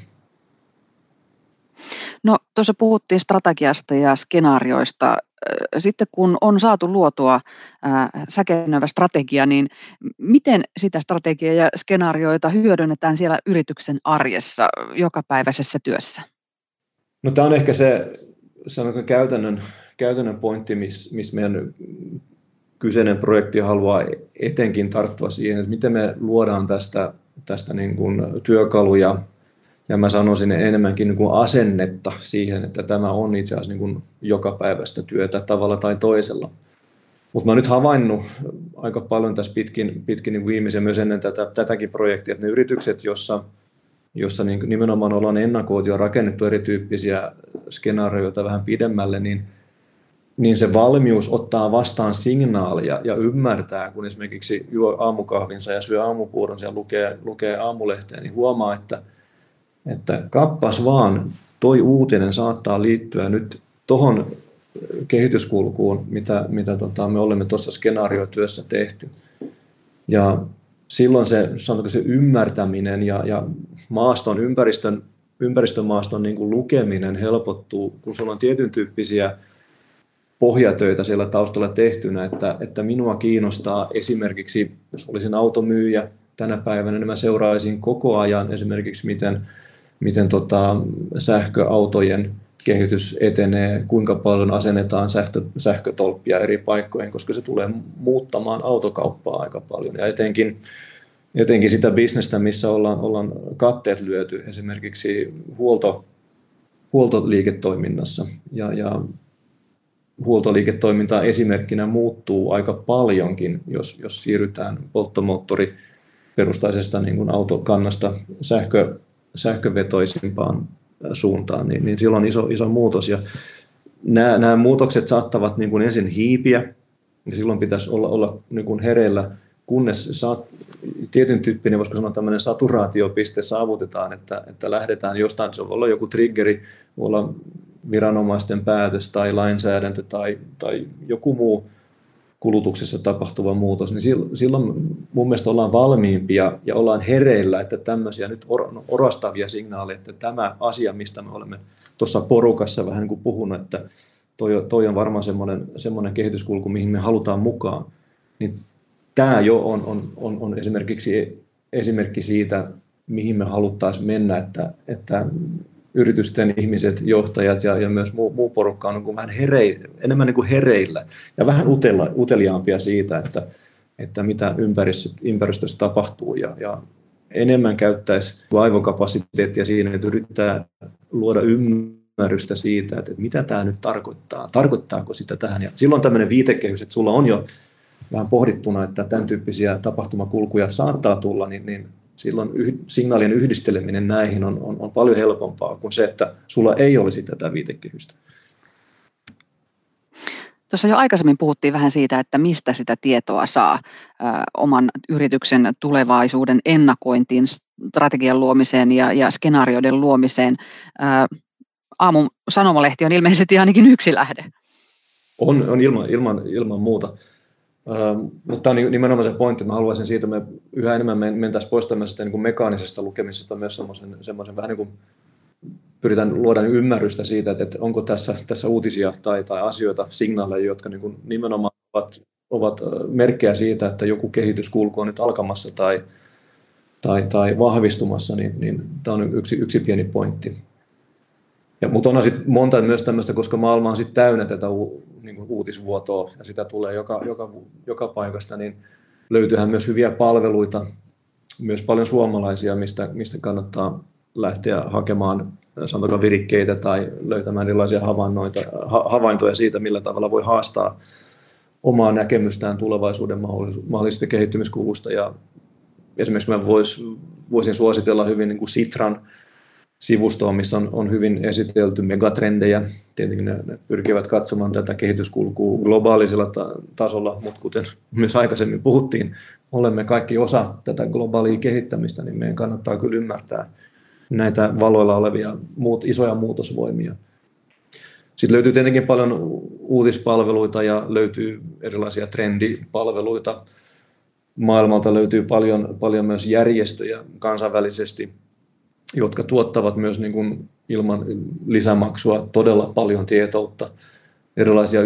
No, tuossa puhuttiin strategiasta ja skenaarioista. Sitten kun on saatu luotua säkenöivä strategia, niin miten sitä strategiaa ja skenaarioita hyödynnetään siellä yrityksen arjessa, jokapäiväisessä työssä? No, tämä on ehkä se käytännön pointti, missä meidän kyseinen projekti haluaa etenkin tarttua siihen, että miten me luodaan tästä niin kuin työkaluja, ja mä sanoisin enemmänkin niin kuin asennetta siihen, että tämä on itse asiassa niin kuin jokapäiväistä työtä tavalla tai toisella. Mutta mä oon nyt havainnut aika paljon tässä pitkin viimeisen myös ennen tätäkin projektia, että ne yritykset, jossa niin nimenomaan ollaan ennakoitu ja rakennettu erityyppisiä skenaarioita vähän pidemmälle, niin se valmius ottaa vastaan signaalia ja ymmärtää, kun esimerkiksi juo aamukahvinsa ja syö aamupuuronsa ja lukee aamulehteä, niin huomaa, että kappas vaan, toi uutinen saattaa liittyä nyt tuohon kehityskulkuun, mitä me olemme tuossa skenaariotyössä tehty. Ja silloin se ymmärtäminen ja ympäristömaaston niin kuin lukeminen helpottuu, kun sulla on tietyn tyyppisiä pohjatöitä siellä taustalla tehtynä, että minua kiinnostaa esimerkiksi, jos olisin automyyjä tänä päivänä, niin mä seuraisin koko ajan esimerkiksi, miten sähköautojen kehitys etenee, kuinka paljon asennetaan sähkötolppia eri paikkoihin, koska se tulee muuttamaan autokauppaa aika paljon. Ja etenkin sitä bisnestä, missä ollaan katteet lyöty esimerkiksi huoltoliiketoiminnassa. Ja huoltoliiketoiminta esimerkkinä muuttuu aika paljonkin, jos siirrytään polttomoottoriperustaisesta niin kuin autokannasta sähkövetoisimpaan suuntaan, niin silloin on iso muutos. Ja nämä muutokset saattavat niin kuin ensin hiipiä, ja silloin pitäisi olla niin kuin hereillä, kunnes tietyn tyyppinen, voisiko sanoa tämmöinen saturaatiopiste saavutetaan, että lähdetään jostain, se voi olla joku triggeri, voi olla viranomaisten päätös tai lainsäädäntö tai joku muu kulutuksessa tapahtuva muutos, niin silloin mun mielestä ollaan valmiimpia ja ollaan hereillä, että tämmöisiä nyt orastavia signaaleja, että tämä asia, mistä me olemme tuossa porukassa vähän niin kuin puhunut, että toi on varmaan semmoinen kehityskulku, mihin me halutaan mukaan, niin tämä jo on esimerkki siitä, mihin me haluttaisiin mennä, että yritysten ihmiset, johtajat ja myös muu porukka on vähän enemmän niin kuin hereillä ja vähän uteliaampia siitä, että mitä ympäristössä tapahtuu ja enemmän käyttäisi aivokapasiteettia siinä, että yrittää luoda ymmärrystä siitä, että mitä tämä nyt tarkoittaa, tarkoittaako sitä tähän. Ja silloin tämmöinen viitekehys, että sulla on jo vähän pohdittuna, että tämän tyyppisiä tapahtumakulkuja saattaa tulla, niin silloin signaalien yhdisteleminen näihin on paljon helpompaa kuin se, että sulla ei olisi tätä viitekehystä. Tuossa jo aikaisemmin puhuttiin vähän siitä, että mistä sitä tietoa saa oman yrityksen tulevaisuuden ennakointiin, strategian luomiseen ja skenaarioiden luomiseen. Aamun sanomalehti on ilmeisesti ainakin yksi lähde. On ilman muuta. Mutta tämä on nimenomaan se pointti, että mä haluaisin siitä, että me yhä enemmän mentäisiin pois tämmöisestä niin kuin mekaanisesta lukemisesta myös semmoisen vähän niin kuin pyritään luoda ymmärrystä siitä, että onko tässä uutisia tai asioita, signaaleja, jotka niin kuin nimenomaan ovat merkkejä siitä, että joku kehityskulku on nyt alkamassa tai vahvistumassa, niin tämä on yksi pieni pointti. Mutta onhan sitten monta myös tämmöistä, koska maailma on sitten täynnä tätä niin kuin uutisvuotoa ja sitä tulee joka paikasta, niin löytyyhän myös hyviä palveluita, myös paljon suomalaisia, mistä kannattaa lähteä hakemaan sanotaan virikkeitä tai löytämään erilaisia havaintoja siitä, millä tavalla voi haastaa omaa näkemystään tulevaisuuden mahdollisista kehittymiskulusta. Ja esimerkiksi mä voisin suositella hyvin niin kuin Sitran sivustoa, missä on hyvin esitelty megatrendejä. Tietenkin ne pyrkivät katsomaan tätä kehityskulkua globaalisella tasolla, mutta kuten myös aikaisemmin puhuttiin, olemme kaikki osa tätä globaalia kehittämistä, niin meidän kannattaa kyllä ymmärtää näitä valoilla olevia isoja muutosvoimia. Sitten löytyy tietenkin paljon uutispalveluita ja löytyy erilaisia trendipalveluita. Maailmalta löytyy paljon myös järjestöjä kansainvälisesti, jotka tuottavat myös niin kuin ilman lisämaksua todella paljon tietoutta. Erilaisia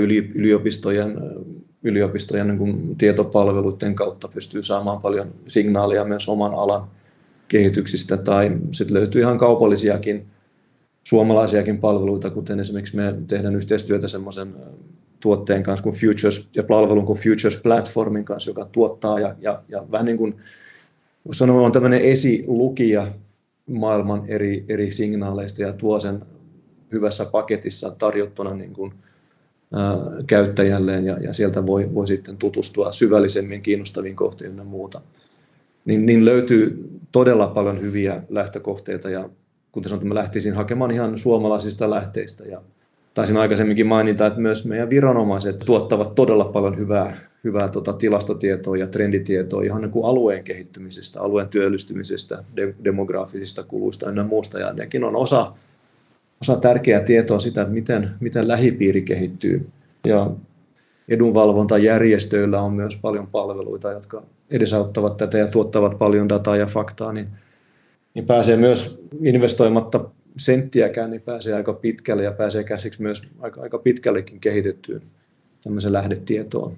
yliopistojen niin kuin tietopalveluiden kautta pystyy saamaan paljon signaaleja myös oman alan kehityksistä, tai sitten löytyy ihan kaupallisiakin suomalaisiakin palveluita, kuten esimerkiksi me tehdään yhteistyötä semmoisen tuotteen kanssa kuin Futures ja palvelun kuin Futures Platformin kanssa, joka tuottaa ja vähän niin kuin sanoa on tämmöinen esilukija maailman eri signaaleista ja tuo sen hyvässä paketissa tarjottuna niin kuin käyttäjälleen ja sieltä voi sitten tutustua syvällisemmin kiinnostaviin kohteisiin ja muuta. Niin löytyy todella paljon hyviä lähtökohteita ja kuten sanottu, mä lähtisin hakemaan ihan suomalaisista lähteistä ja taisin aikaisemminkin mainita, että myös meidän viranomaiset tuottavat todella paljon hyvää tilastotietoa ja trenditietoa ihan niin kuin alueen kehittymisestä, alueen työllistymisestä, demografisista kuluista ja muusta ja nekin on osa tärkeää tietoa sitä, että miten lähipiiri kehittyy ja edunvalvontajärjestöillä on myös paljon palveluita, jotka edesauttavat tätä ja tuottavat paljon dataa ja faktaa, niin pääsee myös investoimatta senttiäkään, niin pääsee aika pitkälle ja pääsee käsiksi myös aika pitkällekin kehitettyyn tämmöisen lähdetietoon.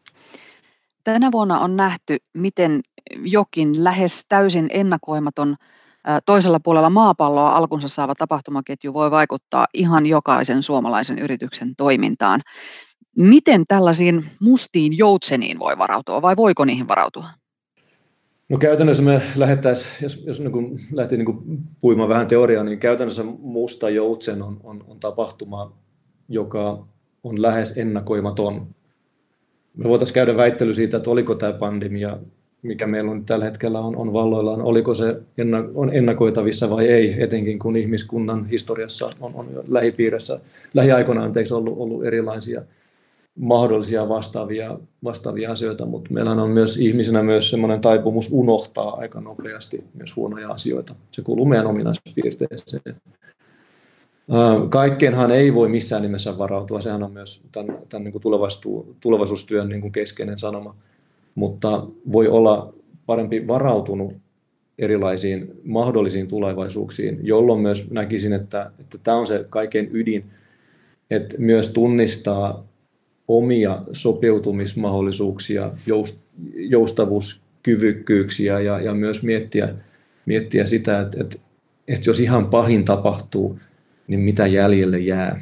Tänä vuonna on nähty, miten jokin lähes täysin ennakoimaton toisella puolella maapalloa alkunsa saava tapahtumaketju voi vaikuttaa ihan jokaisen suomalaisen yrityksen toimintaan. Miten tällaisiin mustiin joutseniin voi varautua vai voiko niihin varautua? No käytännössä me jos niin lähtee niin puimaan vähän teoriaa, niin käytännössä musta joutsen on tapahtuma, joka on lähes ennakoimaton. Me voitaisiin käydä väittely siitä, että oliko tämä pandemia, mikä meillä on tällä hetkellä on valloillaan, oliko se ennakoitavissa vai ei, etenkin kun ihmiskunnan historiassa on lähiaikoina ollut erilaisia mahdollisia vastaavia asioita, mutta meillä on myös ihmisenä myös semmoinen taipumus unohtaa aika nopeasti myös huonoja asioita. Se kuuluu meidän ominaispiirteeseen. Kaikkeenhan ei voi missään nimessä varautua, sehän on myös tämän niin kuin tulevaisuustyön niin kuin keskeinen sanoma, mutta voi olla parempi varautunut erilaisiin mahdollisiin tulevaisuuksiin, jolloin myös näkisin, että tämä on se kaikkein ydin, että myös tunnistaa omia sopeutumismahdollisuuksia, joustavuuskyvykkyyksiä ja myös miettiä sitä, että jos ihan pahin tapahtuu, niin mitä jäljelle jää.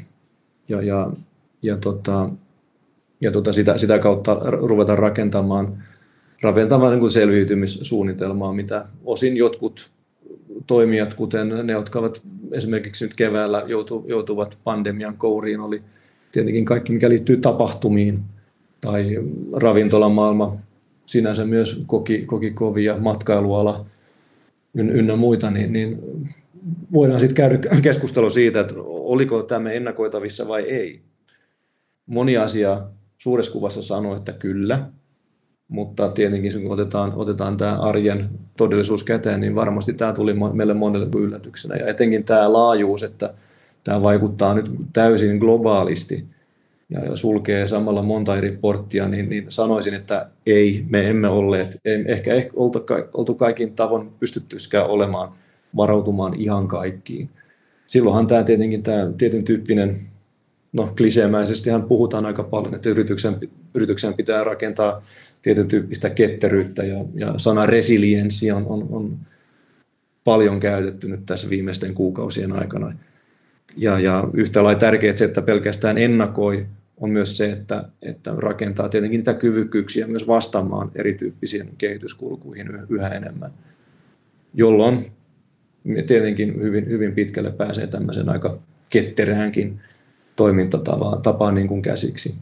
Sitä kautta ruveta rakentamaan niin kuin selviytymissuunnitelmaa, mitä osin jotkut toimijat, kuten ne, jotka ovat esimerkiksi nyt keväällä joutuvat pandemian kouriin, oli tietenkin kaikki, mikä liittyy tapahtumiin, tai ravintolamaailma sinänsä myös koki kovia, matkailuala ynnä muita, niin voidaan sitten käydä keskustelua siitä, että oliko tämä ennakoitavissa vai ei. Moni asia suuressa kuvassa sanoo, että kyllä, mutta tietenkin kun otetaan tämä arjen todellisuus käteen, niin varmasti tämä tuli meille monelle yllätyksenä. Ja etenkin tämä laajuus, että tämä vaikuttaa nyt täysin globaalisti ja sulkee samalla monta eri porttia, niin sanoisin, että ei, me emme olleet, ehkä oltu kaikin tavoin pystyttyisikään varautumaan ihan kaikkiin. Silloinhan tämä tietenkin tämä tietyn tyyppinen, kliseemäisestihän puhutaan aika paljon, että yrityksen pitää rakentaa tietyn tyyppistä ketteryyttä ja sana resilienssi on paljon käytetty nyt tässä viimeisten kuukausien aikana. Ja yhtä lailla tärkeää se, että pelkästään ennakoi, on myös se, että rakentaa tietenkin niitä kyvykkyyksiä myös vastaamaan erityyppisiin kehityskulkuihin yhä enemmän, jolloin tietenkin hyvin, hyvin pitkälle pääsee tämmöisen aika ketteräänkin toimintatapaan niin kuin käsiksi.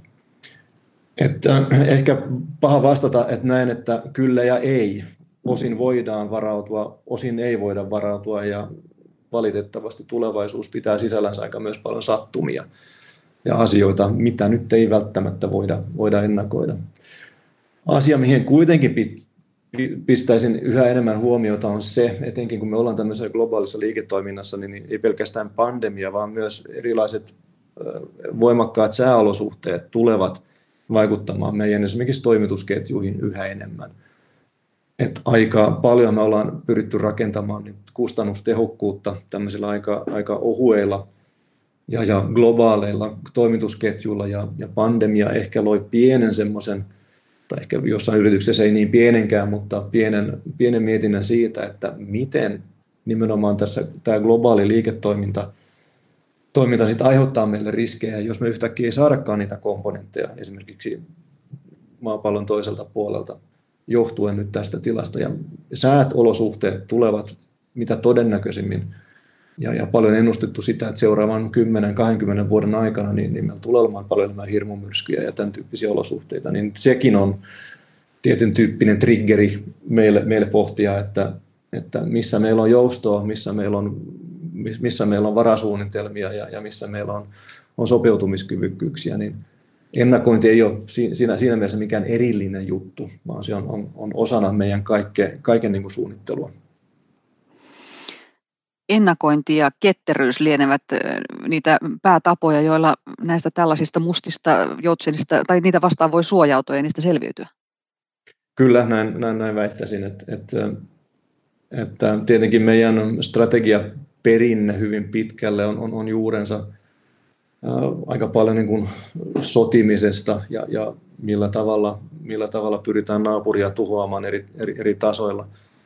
Että ehkä paha vastata, että näen, että kyllä ja ei. Osin voidaan varautua, osin ei voida varautua ja valitettavasti tulevaisuus pitää sisällänsä aika myös paljon sattumia ja asioita, mitä nyt ei välttämättä voida ennakoida. Asia, mihin kuitenkin pistäisin yhä enemmän huomiota on se, etenkin kun me ollaan tämmöisessä globaalissa liiketoiminnassa, niin ei pelkästään pandemia, vaan myös erilaiset voimakkaat sääolosuhteet tulevat vaikuttamaan meidän esimerkiksi toimitusketjuihin yhä enemmän. Et aika paljon me ollaan pyritty rakentamaan kustannustehokkuutta tämmöisillä aika ohueilla ja globaaleilla toimitusketjuilla ja pandemia ehkä loi pienen semmoisen, tai ehkä jossain yrityksessä ei niin pienenkään, mutta pienen mietinnän siitä, että miten nimenomaan tässä tämä globaali liiketoiminta sitten aiheuttaa meille riskejä, jos me yhtäkkiä ei saadakaan niitä komponentteja esimerkiksi maapallon toiselta puolelta johtuen nyt tästä tilasta. Ja sääolosuhteet tulevat mitä todennäköisimmin ja paljon ennustettu sitä, että seuraavan 10-20 vuoden aikana niin meillä tulee olemaan paljon enemmän hirmumyrskyjä ja tämän tyyppisiä olosuhteita. Niin sekin on tietyn tyyppinen triggeri meille pohtia, että missä meillä on joustoa, missä meillä on varasuunnitelmia ja missä meillä on sopeutumiskyvykkyyksiä, niin ennakointi ei ole siinä mielessä mikään erillinen juttu, vaan se on osana meidän kaiken niin kuin suunnittelua. Ennakointi ja ketteryys lienevät niitä päätapoja, joilla näistä tällaisista mustista joutsenista tai niitä vastaan voi suojautua ja niistä selviytyä. Kyllä, näin väittäisin, että tietenkin meidän strategiaperinne hyvin pitkälle on juurensa aika paljon niin kuin sotimisesta ja millä tavalla pyritään naapuria tuhoamaan eri tasoilla.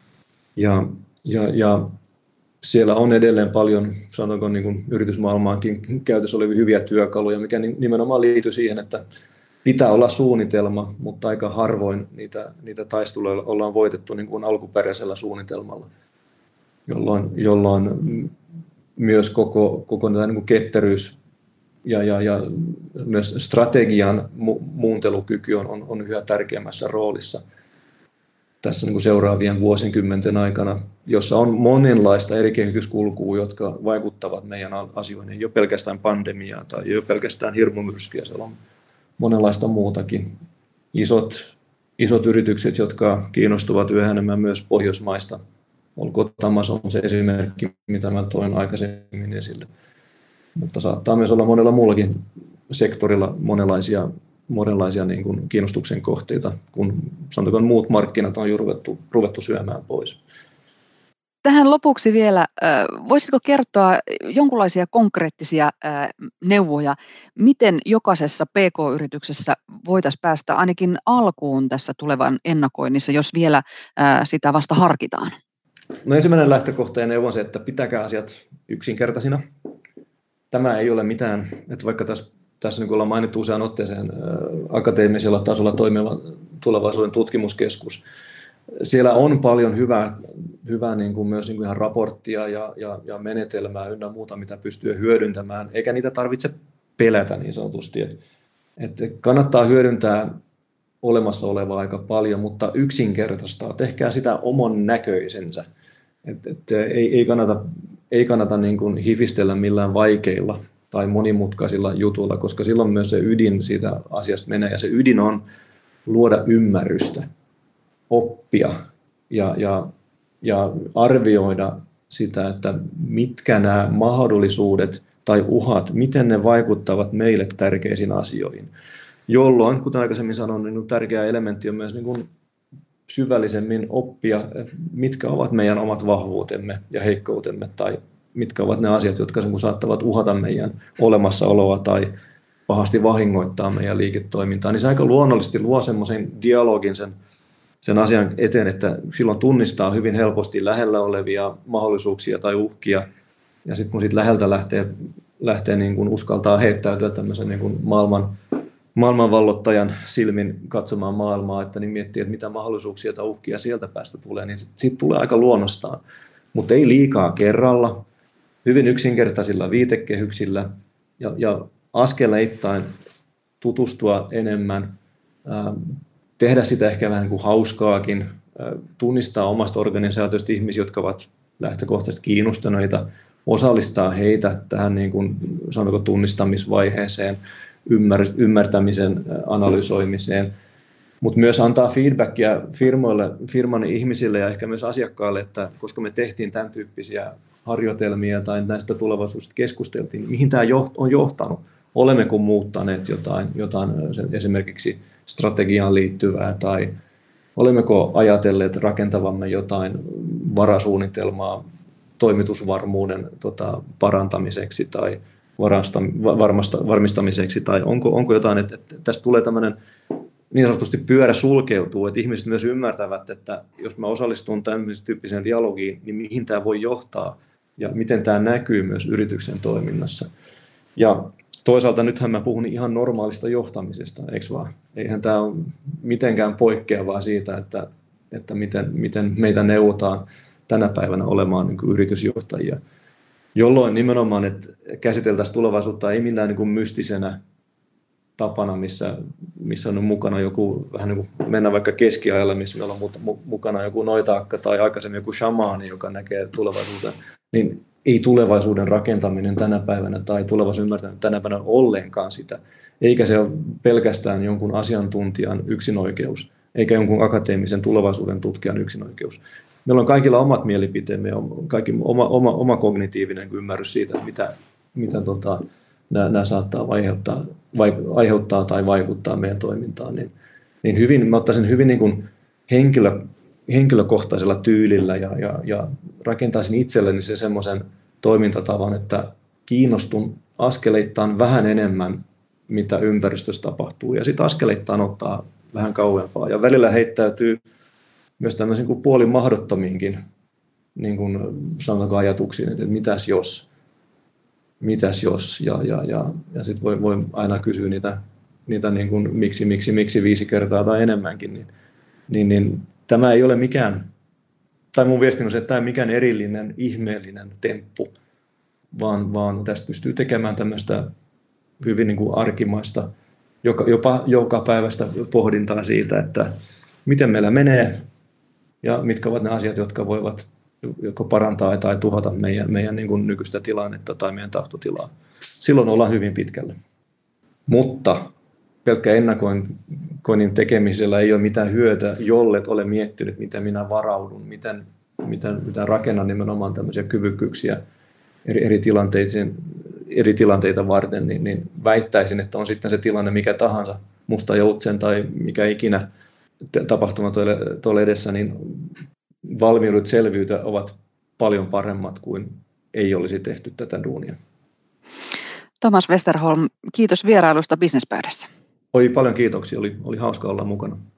Ja siellä on edelleen paljon, sanotaanko niin kuin yritysmaailmaankin käytössä olevia hyviä työkaluja, mikä nimenomaan liittyy siihen, että pitää olla suunnitelma, mutta aika harvoin niitä taisteluja ollaan voitettu niin kuin alkuperäisellä suunnitelmalla, jolloin myös koko tämä niin kuin ketteryys ja myös strategian muuntelukyky on yhä tärkeämmässä roolissa tässä niin kuin seuraavien vuosikymmenten aikana, jossa on monenlaista eri kehityskulkua, jotka vaikuttavat meidän asioihin. Ei ole pelkästään pandemiaa tai ei ole pelkästään hirmumyrskyjä, siellä on monenlaista muutakin. Isot yritykset, jotka kiinnostuvat yhä enemmän myös Pohjoismaista. Olkoon Amazon se esimerkki, mitä mä toin aikaisemmin esille. mutta saattaa myös olla monella muullakin sektorilla monenlaisia niin kuin kiinnostuksen kohteita, kun sanotaan muut markkinat on juuri ruvettu syömään pois. Tähän lopuksi vielä, voisitko kertoa jonkinlaisia konkreettisia neuvoja, miten jokaisessa PK-yrityksessä voitaisiin päästä ainakin alkuun tässä tulevan ennakoinnissa, jos vielä sitä vasta harkitaan? No ensimmäinen lähtökohta ja neuvo on se, että pitäkää asiat yksinkertaisina. Tämä ei ole mitään, että vaikka tässä niin kuin ollaan mainittu useaan otteeseen akateemisella tasolla toimiva tulevaisuuden tutkimuskeskus, siellä on paljon hyvää niin kuin myös niin kuin ihan raporttia ja menetelmää ynnä muuta, mitä pystyy hyödyntämään, eikä niitä tarvitse pelätä niin sanotusti. Että kannattaa hyödyntää olemassa olevaa aika paljon, mutta yksinkertaistaa, tehkää sitä oman näköisensä. Ei kannata niin kuin hifistellä millään vaikeilla tai monimutkaisilla jutuilla, koska silloin myös se ydin siitä asiasta menee, ja se ydin on luoda ymmärrystä, oppia ja arvioida sitä, että mitkä nämä mahdollisuudet tai uhat, miten ne vaikuttavat meille tärkeisiin asioihin. Jolloin, kuten aikaisemmin sanoin, niin tärkeä elementti on myös niin kuin syvällisemmin oppia, mitkä ovat meidän omat vahvuutemme ja heikkoutemme, tai mitkä ovat ne asiat, jotka saattavat uhata meidän olemassaoloa tai pahasti vahingoittaa meidän liiketoimintaa. Niin se aika luonnollisesti luo semmoisen dialogin sen asian eteen, että silloin tunnistaa hyvin helposti lähellä olevia mahdollisuuksia tai uhkia, ja sitten kun siitä läheltä lähtee niin kuin uskaltaa heittäytyä tämmöisen niin kuin maailmanvallottajan silmin katsomaan maailmaa, että niin miettii, että mitä mahdollisuuksia tai uhkia sieltä päästä tulee, niin siitä tulee aika luonnostaan. Mutta ei liikaa kerralla, hyvin yksinkertaisilla viitekehyksillä ja askeleittain tutustua enemmän, tehdä sitä ehkä vähän kuin hauskaakin, tunnistaa omasta organisaatiosta ihmisiä, jotka ovat lähtökohtaisesti kiinnostuneita, osallistaa heitä tähän niin kuin, sanotaanko, tunnistamisvaiheeseen, ymmärtämisen analysoimiseen, mutta myös antaa feedbackia firman ihmisille ja ehkä myös asiakkaille, että koska me tehtiin tämän tyyppisiä harjoitelmia tai näistä tulevaisuudesta keskusteltiin, niin mihin tämä on johtanut? Olemmeko muuttaneet jotain esimerkiksi strategiaan liittyvää tai olemmeko ajatelleet rakentavamme jotain varasuunnitelmaa toimitusvarmuuden parantamiseksi tai varmistamiseksi, tai onko jotain, että tästä tulee tämmöinen niin sanotusti pyörä sulkeutuu, että ihmiset myös ymmärtävät, että jos mä osallistun tämmöiseen tyyppiseen dialogiin, niin mihin tämä voi johtaa ja miten tämä näkyy myös yrityksen toiminnassa. Ja toisaalta nythän mä puhun ihan normaalista johtamisesta, eikö vaan? Eihän tämä ole mitenkään poikkeavaa siitä, että miten meitä neuvotaan tänä päivänä olemaan niin kuin yritysjohtajia. Jolloin nimenomaan, että käsiteltäisiin tulevaisuutta ei millään niin kuin mystisenä tapana, missä on mukana joku, vähän niin kuin mennään vaikka keskiajalle, missä meillä on mukana joku noitaakka tai aikaisemmin joku shamaani, joka näkee tulevaisuuden, niin ei tulevaisuuden rakentaminen tänä päivänä tai tulevaisuuden ymmärtäminen tänä päivänä ollenkaan sitä, eikä se ole pelkästään jonkun asiantuntijan yksinoikeus, eikä jonkun akateemisen tulevaisuuden tutkijan yksinoikeus. Meillä on kaikilla omat mielipiteemme ja oma kognitiivinen ymmärrys siitä, mitä nämä saattaa aiheuttaa tai vaikuttaa meidän toimintaan. Niin hyvin, mä ottaisin hyvin niin kuin henkilökohtaisella tyylillä ja rakentaisin itselleni sen semmoisen toimintatavan, että kiinnostun askeleittain vähän enemmän, mitä ympäristössä tapahtuu, ja sitten askeleittain ottaa vähän kauempaa. Ja välillä heittäytyy myös tämmöisiin kuin puolin mahdottomiinkin niin kuin sanotaanko ajatuksiin, että mitäs jos, ja sitten voi aina kysyä niitä niin kuin miksi 5 kertaa tai enemmänkin, niin tämä ei ole mikään, tai mun viestini on se, että tämä ei ole mikään erillinen, ihmeellinen temppu, vaan tästä pystyy tekemään tämmöistä hyvin niin kuin arkimaista, jopa joka päivästä pohdintaa siitä, että miten meillä menee ja mitkä ovat ne asiat, jotka voivat joko parantaa tai tuhota meidän niin kuin nykyistä tilannetta tai meidän tahtotilaa. Silloin ollaan hyvin pitkällä. Mutta pelkkä ennakoinnin tekemisellä ei ole mitään hyötyä, jollet ole miettinyt, miten minä varaudun, miten rakennan nimenomaan tämmöisiä kyvykkyyksiä eri tilanteisiin eri tilanteita varten, niin väittäisin, että on sitten se tilanne mikä tahansa, musta joutsen tai mikä ikinä tapahtuma tuolla edessä, niin valmiudet selviytyä ovat paljon paremmat kuin ei olisi tehty tätä duunia. Thomas Westerholm, kiitos vierailusta Businesspöydässä. Oi, paljon kiitoksia, oli hauska olla mukana.